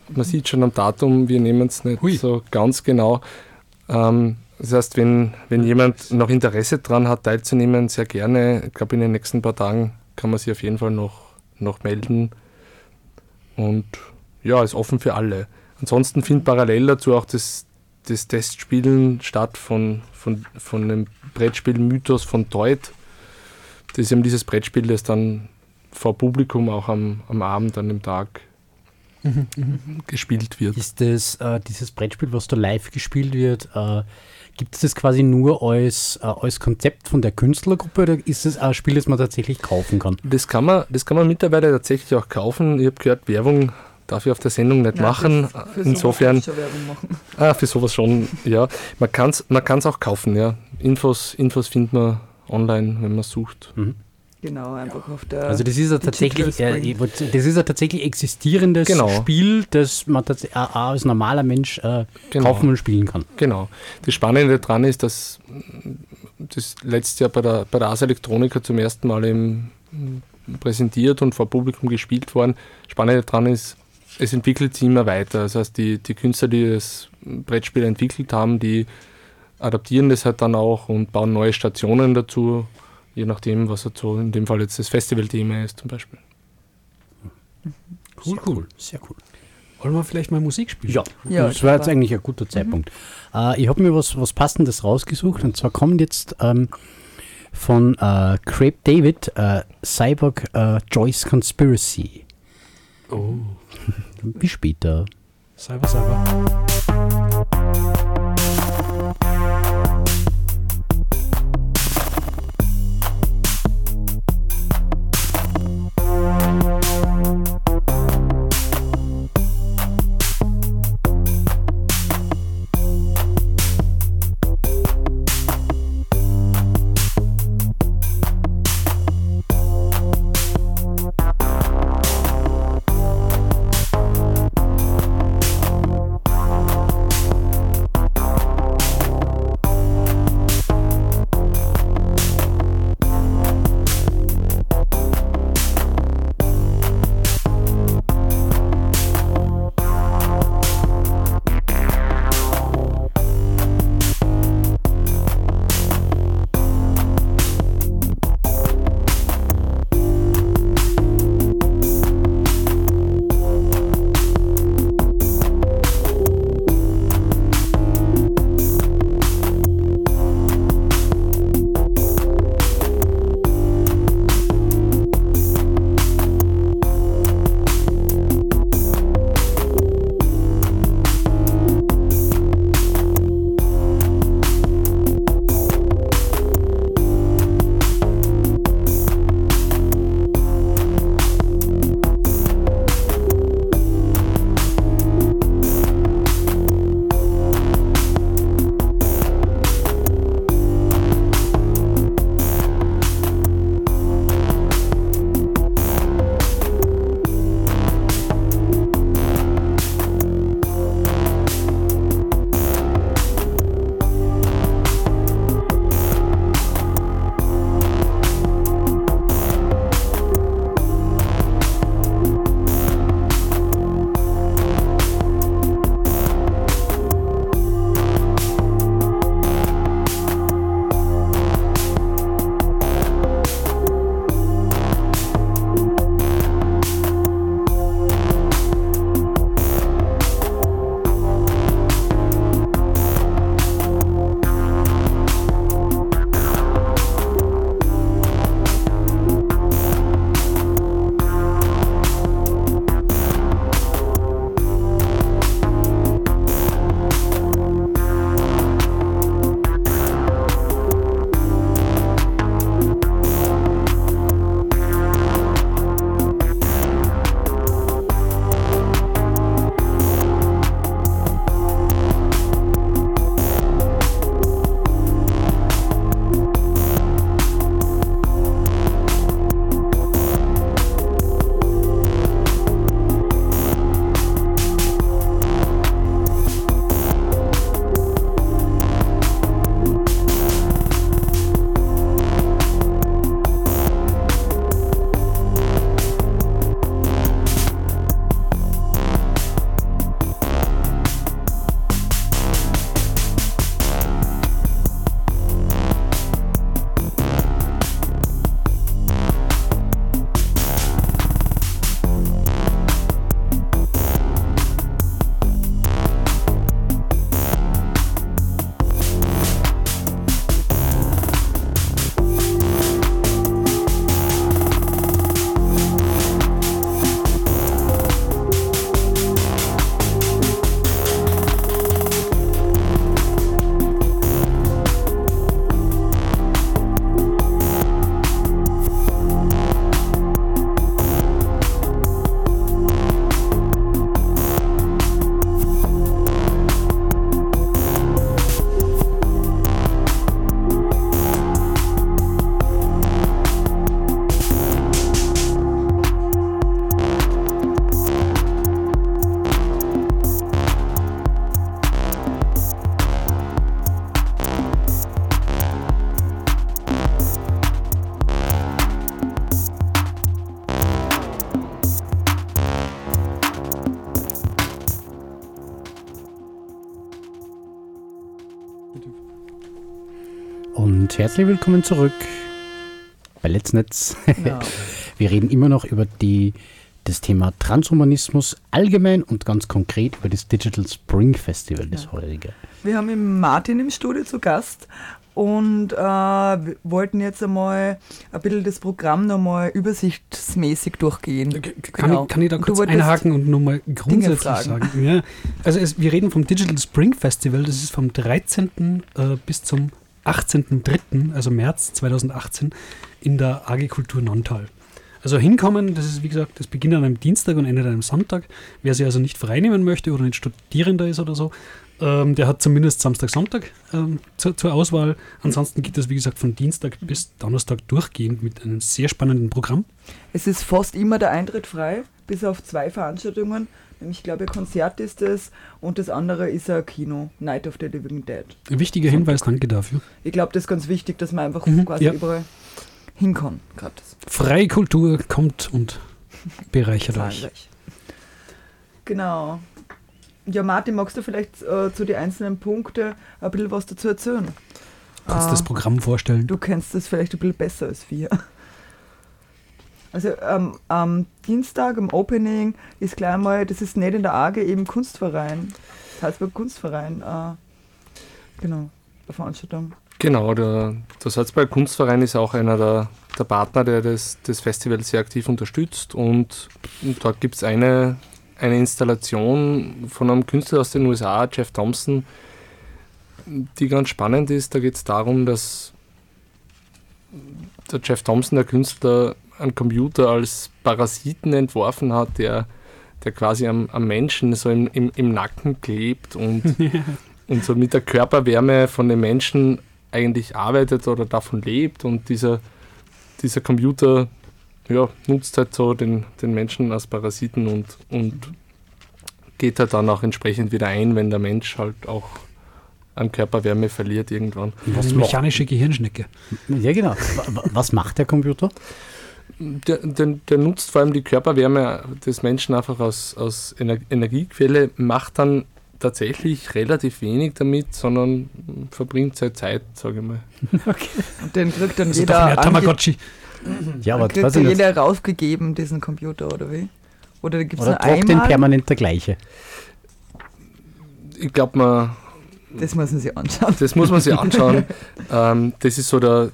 man sieht schon am Datum, wir nehmen es nicht so ganz genau. Das heißt, wenn jemand noch Interesse daran hat, teilzunehmen, sehr gerne. Ich glaube, in den nächsten paar Tagen kann man sich auf jeden Fall noch melden. Und ja, ist offen für alle. Ansonsten findet parallel dazu auch das Testspielen statt von dem Brettspiel Mythos von Deut. Das ist eben dieses Brettspiel, das dann vor Publikum auch am Abend, an dem Tag gespielt wird. Ist das dieses Brettspiel, was da live gespielt wird, gibt es das quasi nur als Konzept von der Künstlergruppe oder ist es ein Spiel, das man tatsächlich kaufen kann? Das kann man mittlerweile tatsächlich auch kaufen. Ich habe gehört, Werbung darf ich auf der Sendung nicht machen. Insofern. Für sowas schon, ja. Man kann's auch kaufen, ja. Infos findet man online, wenn man sucht. Mhm. Genau, einfach auf der. Also das ist ja tatsächlich existierendes Spiel, das man auch als normaler Mensch kaufen und spielen kann. Genau. Das Spannende daran ist, dass das letztes Jahr bei der Ars Electronica zum ersten Mal eben präsentiert und vor Publikum gespielt worden. Spannende daran ist, es entwickelt sich immer weiter. Das heißt, die Künstler, die das Brettspiel entwickelt haben, die adaptieren das halt dann auch und bauen neue Stationen dazu. Je nachdem, was halt so in dem Fall jetzt das Festivalthema ist zum Beispiel. Cool. Sehr cool. Wollen wir vielleicht mal Musik spielen? Ja, das war jetzt eigentlich ein guter Zeitpunkt. Ich habe mir was Passendes rausgesucht und zwar kommt jetzt von Craig David Cyborg Joyce Conspiracy. Oh. Bis später. Cyber. Und herzlich willkommen zurück bei Let's Netz. Ja. Wir reden immer noch über das Thema Transhumanismus allgemein und ganz konkret über das Digital Spring Festival, das heutige. Wir haben den Martin im Studio zu Gast und wir wollten jetzt einmal ein bisschen das Programm nochmal übersichtsmäßig durchgehen. Kann ich da kurz einhaken und nochmal grundsätzlich sagen? Ja. Also wir reden vom Digital Spring Festival, das ist vom 13. Bis zum 18.03., also März 2018, in der AG Kultur Nonntal. Also hinkommen, das ist wie gesagt, das beginnt an einem Dienstag und endet an einem Sonntag. Wer sich also nicht freinehmen möchte oder nicht Studierender ist oder so, der hat zumindest Samstag, Sonntag zur Auswahl. Ansonsten geht das, wie gesagt, von Dienstag bis Donnerstag durchgehend mit einem sehr spannenden Programm. Es ist fast immer der Eintritt frei, bis auf 2 Veranstaltungen. Nämlich, ich glaube, ein Konzert ist es und das andere ist ein Kino, Night of the Living Dead. Ein wichtiger Hinweis, danke dafür. Ich glaube, das ist ganz wichtig, dass man einfach quasi überall hin kann. Freie Kultur kommt und bereichert euch. Genau. Ja, Martin, magst du vielleicht zu den einzelnen Punkten ein bisschen was dazu erzählen? Kannst du das Programm vorstellen? Du kennst das vielleicht ein bisschen besser als wir. Also am Dienstag, am Opening, ist gleich mal, das ist nicht in der AG, eben Kunstverein. Salzburg Kunstverein. Genau, eine Veranstaltung. Genau, der Salzburger Kunstverein ist auch einer der Partner, der das Festival sehr aktiv unterstützt. Und dort gibt es eine Installation von einem Künstler aus den USA, Jeff Thompson, die ganz spannend ist. Da geht es darum, dass der Jeff Thompson, der Künstler, einen Computer als Parasiten entworfen hat, der quasi am Menschen so im Nacken klebt und so mit der Körperwärme von den Menschen eigentlich arbeitet oder davon lebt. Und dieser Computer nutzt halt so den Menschen als Parasiten und geht halt dann auch entsprechend wieder ein, wenn der Mensch halt auch an Körperwärme verliert irgendwann. Eine mechanische Gehirnschnecke. Ja, genau. Was macht der Computer? Der nutzt vor allem die Körperwärme des Menschen einfach aus Energiequelle, macht dann tatsächlich relativ wenig damit, sondern verbringt seine Zeit, sage ich mal. Okay. Und den kriegt dann also jeder Tamagotchi. Ja, aber kriegt dann jeder rausgegeben, diesen Computer, oder wie? Oder gibt es nur einmal? den permanent der gleiche? Ich glaube, das muss man sich anschauen. Das muss man sich anschauen. Das ist so das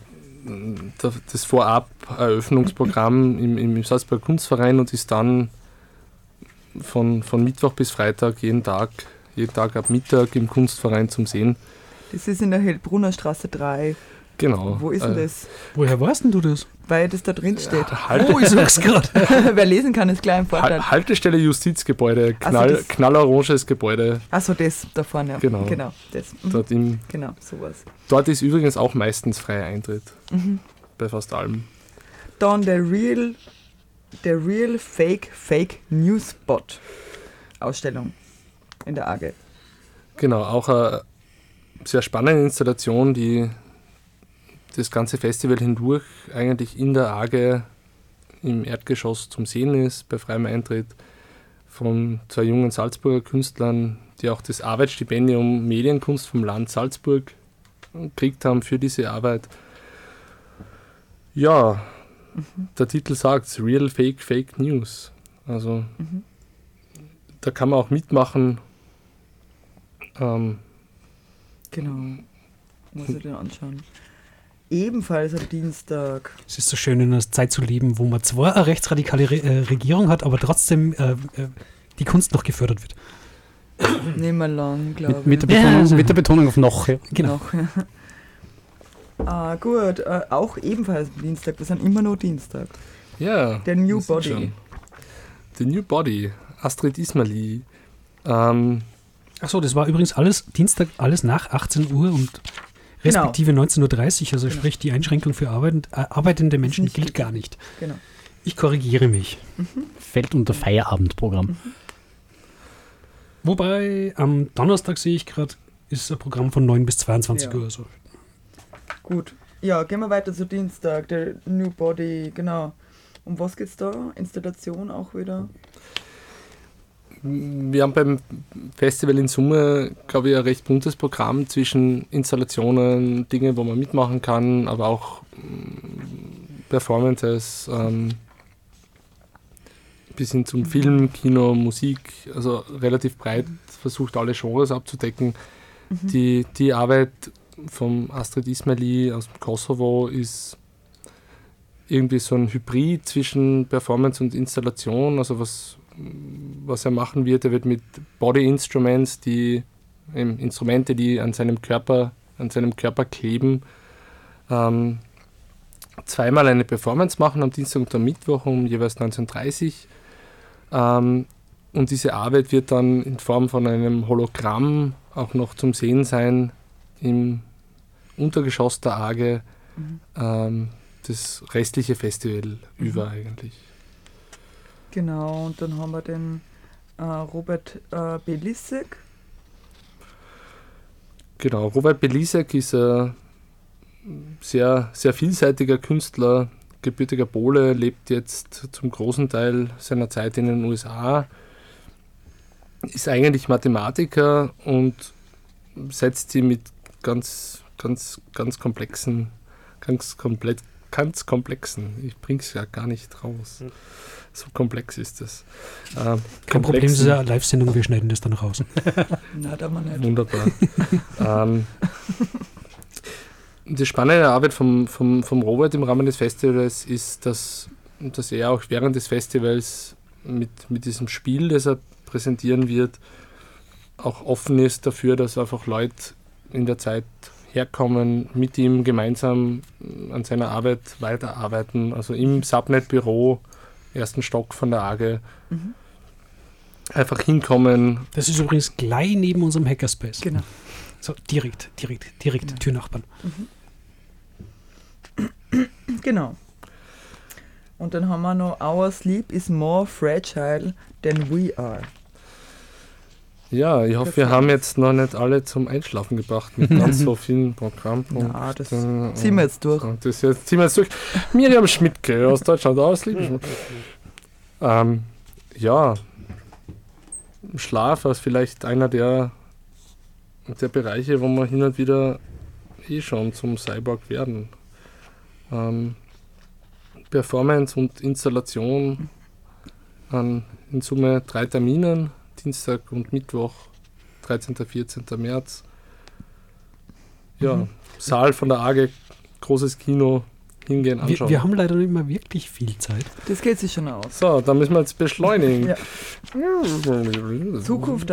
Vorab-Eröffnungsprogramm im Salzburger Kunstverein und ist dann von Mittwoch bis Freitag jeden Tag ab Mittag im Kunstverein zum Sehen. Das ist in der Hellbrunner Straße 3. Genau. Wo ist denn das? Woher weißt denn du das? Weil das da drin steht. Ich sag's gerade. Wer lesen kann, ist gleich im Vorteil. Haltestelle Justizgebäude, knalloranges Gebäude. Achso, das da vorne. Genau. Das. Genau, sowas. Dort ist übrigens auch meistens freier Eintritt. Bei fast allem. Dann der Real Fake News Bot Ausstellung in der AG. Genau, auch eine sehr spannende Installation, die das ganze Festival hindurch eigentlich in der AG im Erdgeschoss zum Sehen ist, bei freiem Eintritt, von 2 jungen Salzburger Künstlern, die auch das Arbeitsstipendium Medienkunst vom Land Salzburg gekriegt haben für diese Arbeit. Ja, der Titel sagt Real Fake News. Also da kann man auch mitmachen. Genau, muss ich den anschauen. Ebenfalls am Dienstag. Es ist so schön, in einer Zeit zu leben, wo man zwar eine rechtsradikale Regierung hat, aber trotzdem die Kunst noch gefördert wird. Nicht mehr lang, glaube ich. Mit der Betonung auf noch. Ja. Genau. Gut, auch ebenfalls am Dienstag. Wir sind immer nur Dienstag. Ja. Der New Body. Schon. The New Body. Astrid Ismaili. Achso, das war übrigens alles Dienstag, alles nach 18 Uhr und respektive 19.30 Uhr. Also sprich, die Einschränkung für arbeitende Menschen gilt gar nicht. Genau. Ich korrigiere mich. Fällt unter Feierabendprogramm. Wobei, am Donnerstag sehe ich gerade, ist ein Programm von 9 bis 22 Uhr. So. Gut. Ja, gehen wir weiter zu Dienstag. Der New Body, genau. Um was geht's da? Installation auch wieder? Wir haben beim Festival in Summe, glaube ich, ein recht buntes Programm zwischen Installationen, Dinge, wo man mitmachen kann, aber auch Performances, bis hin zum Film, Kino, Musik, also relativ breit versucht, alle Genres abzudecken. Die Arbeit von Astrid Ismaili aus dem Kosovo ist irgendwie so ein Hybrid zwischen Performance und Installation, also was er machen wird, er wird mit Body Instruments, Instrumente, die an seinem Körper kleben, zweimal eine Performance machen, am Dienstag und am Mittwoch um jeweils 19:30 Uhr. Und diese Arbeit wird dann in Form von einem Hologramm auch noch zum Sehen sein im Untergeschoss der Arge, das restliche Festival über eigentlich. Genau, und dann haben wir den Robert Belisek. Genau, Robert Belisek ist ein sehr, sehr vielseitiger Künstler, gebürtiger Pole, lebt jetzt zum großen Teil seiner Zeit in den USA, ist eigentlich Mathematiker und setzt sie mit ganz komplexen, ich bring's ja gar nicht raus. So komplex ist das. Kein Problem, das ist ja eine Live-Sendung, wir schneiden das dann raus. Nein, da man nicht. Wunderbar. Die spannende Arbeit vom Robert im Rahmen des Festivals ist, dass er auch während des Festivals mit diesem Spiel, das er präsentieren wird, auch offen ist dafür, dass einfach Leute in der Zeit herkommen, mit ihm gemeinsam an seiner Arbeit weiterarbeiten, also im Subnet-Büro, ersten Stock von der AGE, einfach hinkommen. Das ist übrigens gleich neben unserem Hackerspace. Genau. So, direkt Türnachbarn. Genau. Und dann haben wir noch Our Sleep is more fragile than we are. Ja, ich hoffe, wir haben jetzt noch nicht alle zum Einschlafen gebracht mit ganz so vielen Programmpunkten. Ja, das ziehen wir jetzt durch. Und das jetzt ziehen wir jetzt durch. Miriam Schmidtke aus Deutschland, aus Liebe. Ja, Schlaf ist vielleicht einer der Bereiche, wo wir hin und wieder schon zum Cyborg werden. Performance und Installation an in Summe 3 Terminen, Dienstag und Mittwoch, 13. und 14. März. Ja, Saal von der AGE, großes Kino, hingehen, anschauen. Wir haben leider nicht mehr wirklich viel Zeit. Das geht sich schon aus. So, da müssen wir jetzt beschleunigen. Ja. Zukunft,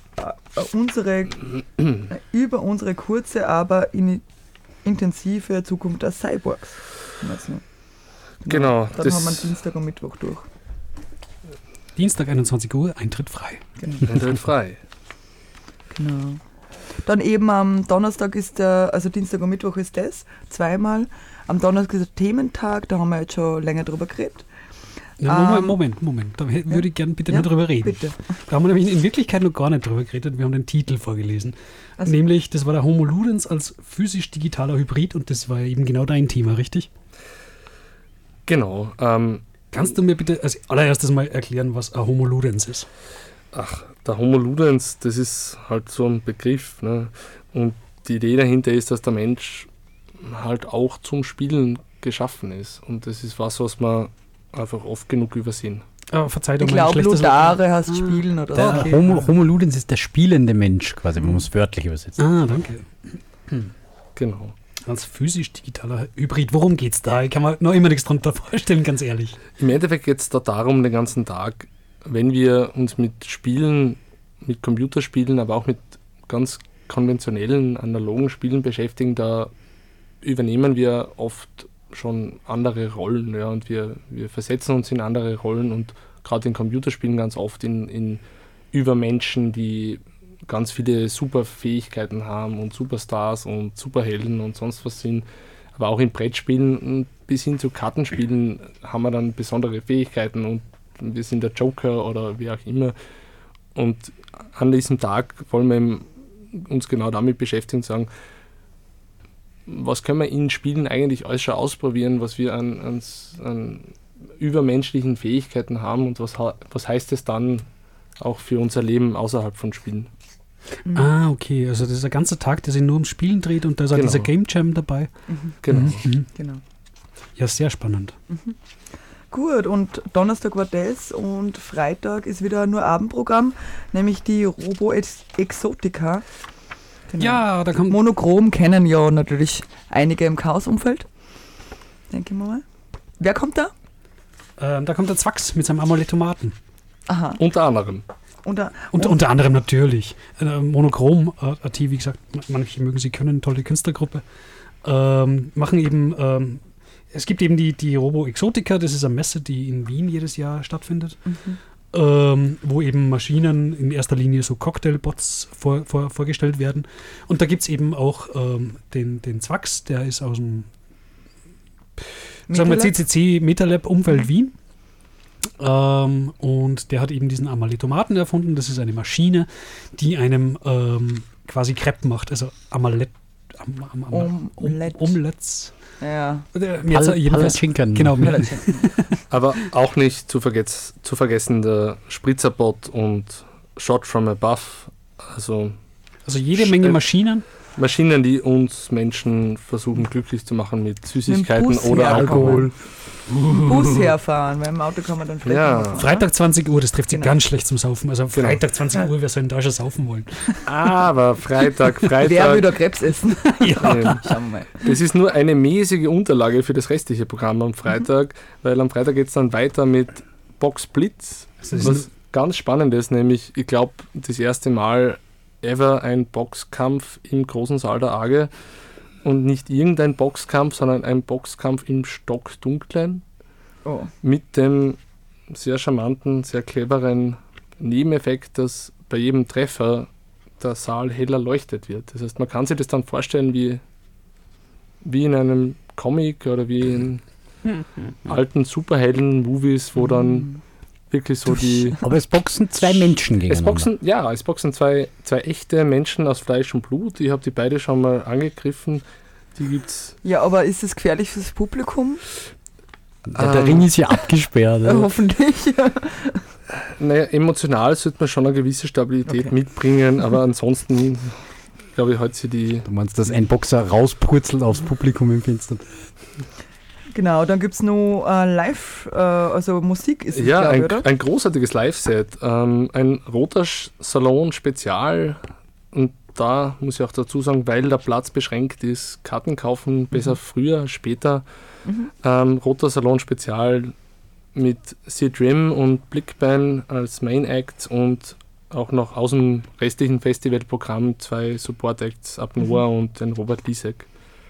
über unsere kurze, aber intensive Zukunft der Cyborgs. Genau. Dann haben wir Dienstag und Mittwoch durch. Dienstag 21 Uhr, Eintritt frei. Genau. Eintritt frei. Genau. Dann eben am Donnerstag also Dienstag und Mittwoch ist das, zweimal. Am Donnerstag ist der Thementag, da haben wir jetzt schon länger drüber geredet. Ja, Moment. Da würde ich gerne bitte noch drüber reden. Bitte. Da haben wir nämlich in Wirklichkeit noch gar nicht drüber geredet, wir haben den Titel vorgelesen. Also, nämlich, das war der Homo Ludens als physisch-digitaler Hybrid und das war eben genau dein Thema, richtig? Genau. Kannst du mir bitte als allererstes mal erklären, was ein Homo Ludens ist? Ach, der Homo Ludens, das ist halt so ein Begriff. Ne? Und die Idee dahinter ist, dass der Mensch halt auch zum Spielen geschaffen ist. Und das ist was wir einfach oft genug übersehen. Verzeiht ich glaube, Ludare heißt Spielen oder der okay. Homo Ludens ist der spielende Mensch, quasi, wenn man es wörtlich übersetzt. Danke. Genau. Als physisch-digitaler Hybrid, worum geht's da? Ich kann mir noch immer nichts drunter vorstellen, ganz ehrlich. Im Endeffekt geht es da darum, den ganzen Tag, wenn wir uns mit Spielen, mit Computerspielen, aber auch mit ganz konventionellen, analogen Spielen beschäftigen, da übernehmen wir oft schon andere Rollen. Ja, und wir versetzen uns in andere Rollen und gerade in Computerspielen ganz oft in Übermenschen, die ganz viele Superfähigkeiten haben und Superstars und Superhelden und sonst was sind. Aber auch in Brettspielen bis hin zu Kartenspielen haben wir dann besondere Fähigkeiten und wir sind der Joker oder wie auch immer. Und an diesem Tag wollen wir uns genau damit beschäftigen und sagen, was können wir in Spielen eigentlich alles schon ausprobieren, was wir an übermenschlichen Fähigkeiten haben und was heißt es dann auch für unser Leben außerhalb von Spielen. Ah, okay. Also das ist ein ganzer Tag, der sich nur ums Spielen dreht und da ist auch Genau. dieser Game Jam dabei. Genau. Genau. Ja, sehr spannend. Gut, und Donnerstag war das und Freitag ist wieder nur Abendprogramm, nämlich die Robo Exotica. Genau. Ja, da kommt Monochrom kennen ja natürlich einige im Chaos-Umfeld. Denke ich mal. Wer kommt da? da kommt der Zwax mit seinem Amulettomaten. Aha. Unter anderem. Und unter anderem natürlich Monochrom, wie gesagt, manche mögen sie können, tolle Künstlergruppe, machen eben, es gibt eben die Robo Exotica, das ist eine Messe, die in Wien jedes Jahr stattfindet, wo eben Maschinen in erster Linie so Cocktailbots vorgestellt werden. Und da gibt es eben auch den Zwax, der ist aus dem sagen wir CCC MetaLab Umfeld Wien. Und der hat eben diesen Amaletomaten erfunden. Das ist eine Maschine, die einem quasi Crepe macht, also Omelettes. Ja. Palatschinken. Genau. Aber auch nicht zu vergessen der Spritzerbot und Shot from Above. Also jede Menge Maschinen. Maschinen, die uns Menschen versuchen glücklich zu machen mit Süßigkeiten Bus oder Alkohol. Bus herfahren, weil im Auto kann man dann vielleicht Ja. noch machen. Freitag 20 Uhr, das trifft sich Genau. ganz schlecht zum Saufen. Also Freitag 20 Uhr, wer soll denn da schon saufen wollen? Aber Freitag. Wer will da Krebs essen? Schauen wir mal. Das ist nur eine mäßige Unterlage für das restliche Programm am Freitag, weil am Freitag geht es dann weiter mit Box Blitz. Was ganz spannend ist, nämlich, ich glaube, das erste Mal ever ein Boxkampf im großen Saal der AGE und nicht irgendein Boxkampf, sondern ein Boxkampf im Stockdunklen Oh. mit dem sehr charmanten, sehr cleveren Nebeneffekt, dass bei jedem Treffer der Saal heller leuchtet wird. Das heißt, man kann sich das dann vorstellen wie in einem Comic oder wie in alten Superhelden-Movies, wo dann wirklich so die... Aber es boxen zwei Menschen gegeneinander. Es boxen zwei echte Menschen aus Fleisch und Blut. Ich habe die beide schon mal angegriffen. Die gibt's. Ja, aber ist es gefährlich fürs Publikum? Der Ring ist ja abgesperrt. Hoffentlich. Naja, emotional sollte man schon eine gewisse Stabilität mitbringen, aber ansonsten, glaube ich, heute sie die... Du meinst, dass ein Boxer rauspurzelt aufs Publikum im Finstern? Genau, dann gibt es noch live, also Musik ist es, Ja, glaube ich, oder? ein großartiges Live-Set. Ein roter Salon Spezial. Und da muss ich auch dazu sagen, weil der Platz beschränkt ist, Karten kaufen besser früher als später. Roter Salon Spezial mit Sid Rim und Blickbein als Main Act und auch noch aus dem restlichen Festivalprogramm 2 Support Acts, Abnoa und den Robert Lisek.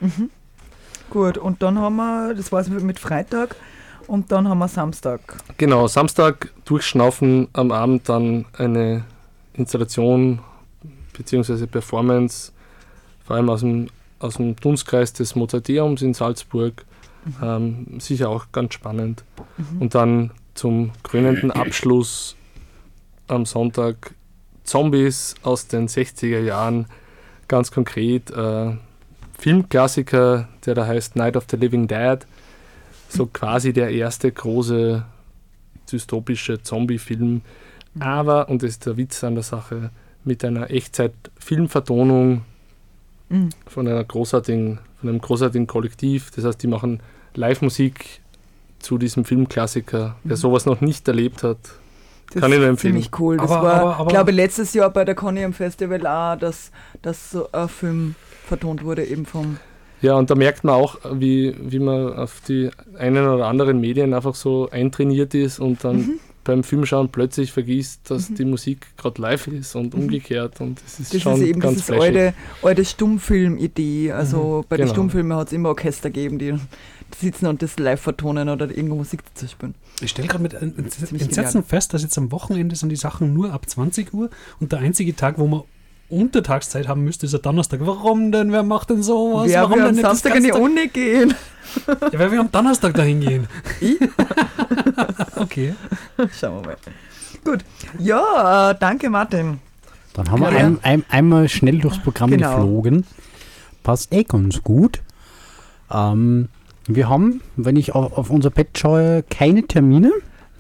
Gut, und dann haben wir, das war es mit Freitag, und dann haben wir Samstag. Genau, Samstag durchschnaufen, am Abend dann eine Installation bzw. Performance, vor allem aus dem Dunstkreis des Mozarteums in Salzburg. Sicher auch ganz spannend. Und dann zum krönenden Abschluss am Sonntag Zombies aus den 60er Jahren, ganz konkret Filmklassiker, der da heißt Night of the Living Dead, so quasi der erste große dystopische Zombie-Film, aber, und das ist der Witz an der Sache, mit einer Echtzeit-Filmvertonung von einem großartigen Kollektiv. Das heißt, die machen Live-Musik zu diesem Filmklassiker. Wer sowas noch nicht erlebt hat, Das kann ich nur ist empfehlen. ziemlich cool. Das war, glaube ich, letztes Jahr bei der Conny am Festival auch, dass so ein Film vertont wurde, eben vom... Ja, und da merkt man auch, wie man auf die einen oder anderen Medien einfach so eintrainiert ist und dann beim Filmschauen plötzlich vergisst, dass die Musik gerade live ist und umgekehrt. Und das ist schon eben ganz diese alte Stummfilm-Idee. Also bei den Genau. Stummfilmen hat es immer Orchester gegeben, die sitzen und das live vertonen oder irgendwo Musik zu spielen. Ich stelle gerade mit Entsetzen fest, dass jetzt am Wochenende sind die Sachen nur ab 20 Uhr und der einzige Tag, wo man Untertagszeit haben müsste, ist der Donnerstag. Warum denn? Wer macht denn sowas? Ja, Warum wir denn am nicht Samstag das in die ganze Uni gehen. Tag? Ja, weil wir am Donnerstag dahin gehen. Ich? Okay. Schauen wir mal. Gut. Ja, danke Martin. Dann haben wir einmal schnell durchs Programm geflogen. Passt ganz gut. Wir haben, wenn ich auf unser Pad schaue, keine Termine.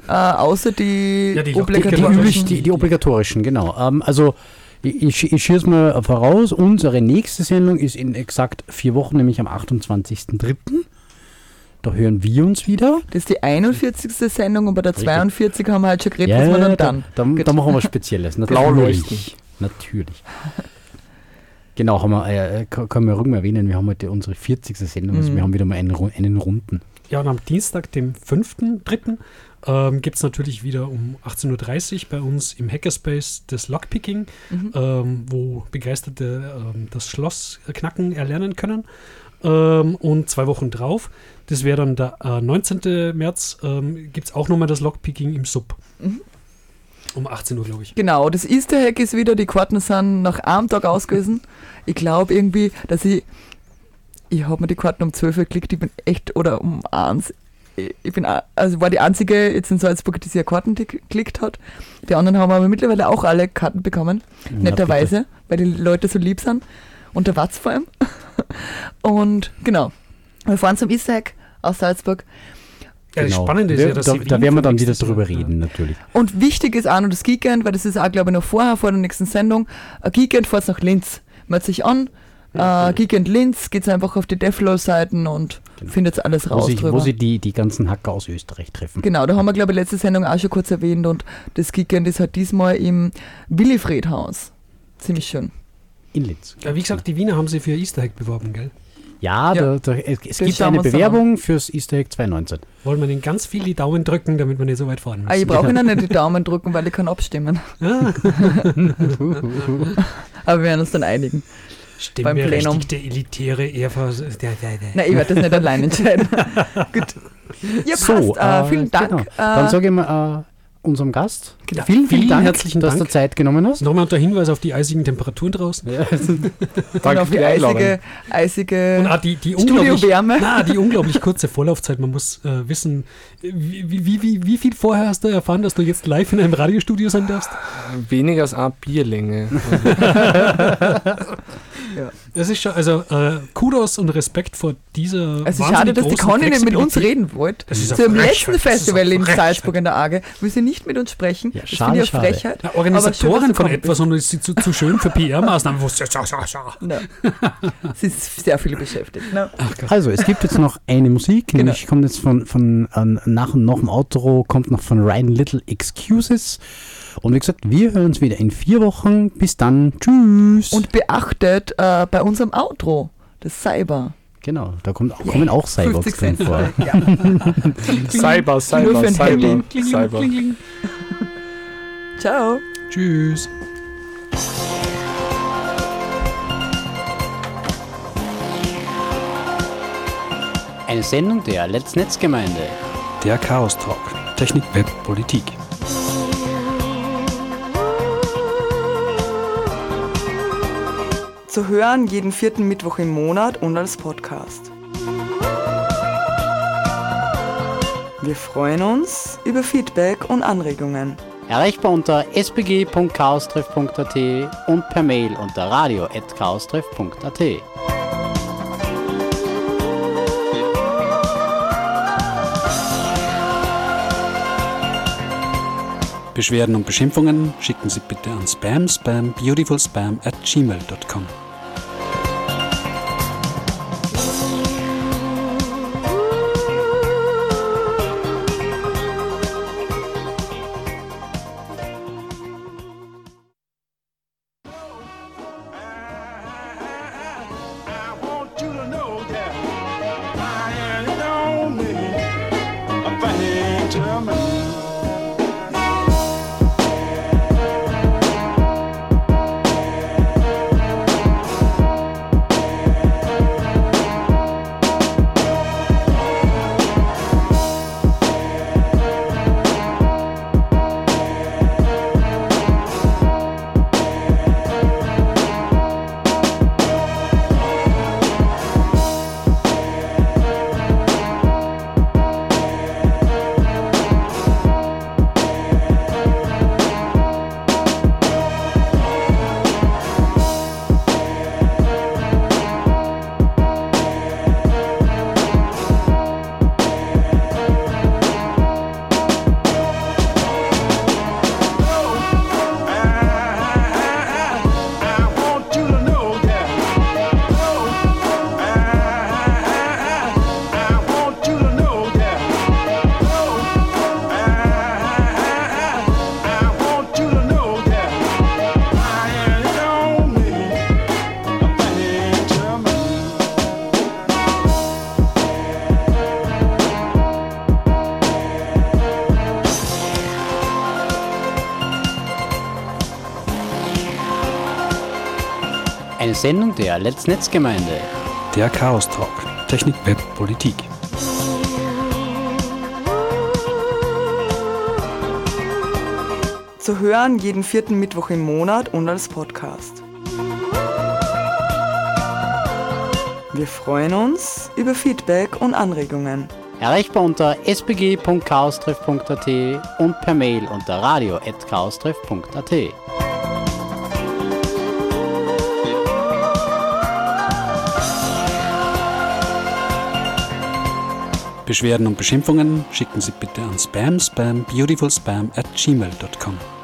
außer die, Ja, die obligatorischen. Die obligatorischen, genau. Also ich schieße es mal voraus, unsere nächste Sendung ist in exakt 4 Wochen, nämlich am 28.03. Da hören wir uns wieder. Das ist die 41. Sendung und bei der Richtig. 42 haben wir halt schon geredet, was wir dann da machen wir Spezielles. Blau leuchten. Natürlich. Genau, haben wir, können wir rücken erwähnen, wir haben heute unsere 40. Sendung, also wir haben wieder mal einen Runden. Ja, und am Dienstag, dem 5.3., gibt es natürlich wieder um 18.30 Uhr bei uns im Hackerspace das Lockpicking, wo Begeisterte das Schloss knacken erlernen können. Und 2 Wochen drauf, das wäre dann der 19. März, gibt es auch nochmal das Lockpicking im Sub. Um 18 Uhr, glaube ich. Genau, das Easter Egg ist wieder, die Karten sind nach einem Tag ausgewiesen. Ich glaube irgendwie, dass ich habe mir die Karten um 12 Uhr geklickt, ich bin echt, oder um 1. Also war die einzige jetzt in Salzburg, die sich Karten geklickt hat. Die anderen haben aber mittlerweile auch alle Karten bekommen, netterweise, weil die Leute so lieb sind. Und der Watz vor allem. Und genau, wir fahren zum Easter Egg aus Salzburg. Ja, das Genau. Spannende ist ja, dass da werden wir dann wieder drüber reden, natürlich. Und wichtig ist auch noch das Geekend, weil das ist auch, glaube ich, noch vorher, vor der nächsten Sendung. Geekend fährt nach Linz. Meldet sich an. Geekend Linz, geht einfach auf die Deflo-Seiten und findet alles raus drüber. Wo sie die ganzen Hacker aus Österreich treffen. Genau, da haben wir, glaube ich, letzte Sendung auch schon kurz erwähnt und das Geekend ist halt diesmal im Willi-Fried-Haus. Ziemlich schön. In Linz. Ja, wie gesagt, die Wiener haben sie für Easter Egg beworben, gell? Ja, Ja. Es gibt schauen eine wir uns Bewerbung fürs Easter Egg 2019. Wollen wir den ganz viel die Daumen drücken, damit wir nicht so weit fahren müssen. Ich brauche Ihnen nicht die Daumen drücken, weil ich kann abstimmen. Ah, Aber wir werden uns dann einigen. stimmberechtigte, elitäre Eva. Nein, ich werde das nicht allein entscheiden. Gut. Ja, passt. Vielen Dank. Genau. Dann sage ich mal unserem Gast, Ja, vielen Dank, herzlichen dass Dank. du Zeit genommen hast. Nochmal unter Hinweis auf die eisigen Temperaturen draußen. Und Danke auf für die die Einladung. eisige Und auch die unglaublich, Studiowärme. die unglaublich kurze Vorlaufzeit. Man muss wissen, wie viel vorher hast du erfahren, dass du jetzt live in einem Radiostudio sein darfst? Weniger als eine Bierlänge. Das ist schon, also Kudos und Respekt vor dieser Es ist wahnsinnig schade, dass die großen Conny nicht mit uns Flexibilität. reden wollte. Das ist eine Zum Frechheit, letzten das ist eine Festival in Frechheit. Salzburg in der AG will sie nicht mit uns sprechen. Ja, das schade, finde ich eine schade. Frechheit. Ja, Organisatorin Aber schön, dass von du etwas und ist sie zu schön für PR-Maßnahmen. Ja. Sie ist sehr viel beschäftigt. Ne? Also, es gibt jetzt noch eine Musik, Genau. nämlich kommt jetzt von nach und nach im Outro, kommt noch von Ryan Little Excuses. Und wie gesagt, wir hören uns wieder in 4 Wochen. Bis dann. Tschüss. Und beachtet bei unserem Outro, das Cyber. genau, da kommen auch Cyborgs 50 drin Cent. vor. Ja. Cyber, Nur Cyber, für ein Cyber, Handy. Cyber. Ciao. Tschüss. Eine Sendung der Let's Netzgemeinde. Der Chaos Talk. Technik, Web, Politik. Zu hören jeden 4. Mittwoch im Monat und als Podcast. Wir freuen uns über Feedback und Anregungen. Erreichbar unter spg.chaostreff.at und per Mail unter radio@chaostreff.at. Beschwerden und Beschimpfungen schicken Sie bitte an spam@beautifulspam@gmail.com. I want you to know that I ain't only a financial man. Eine Sendung der Let's Netzgemeinde. Der Chaos Talk. Technik, Web, Politik. Zu hören jeden 4. Mittwoch im Monat und als Podcast. Wir freuen uns über Feedback und Anregungen. Erreichbar unter spg.chaostreff.at und per Mail unter radio@chaostreff.at. Beschwerden und Beschimpfungen schicken Sie bitte an spambeautifulspam@gmail.com.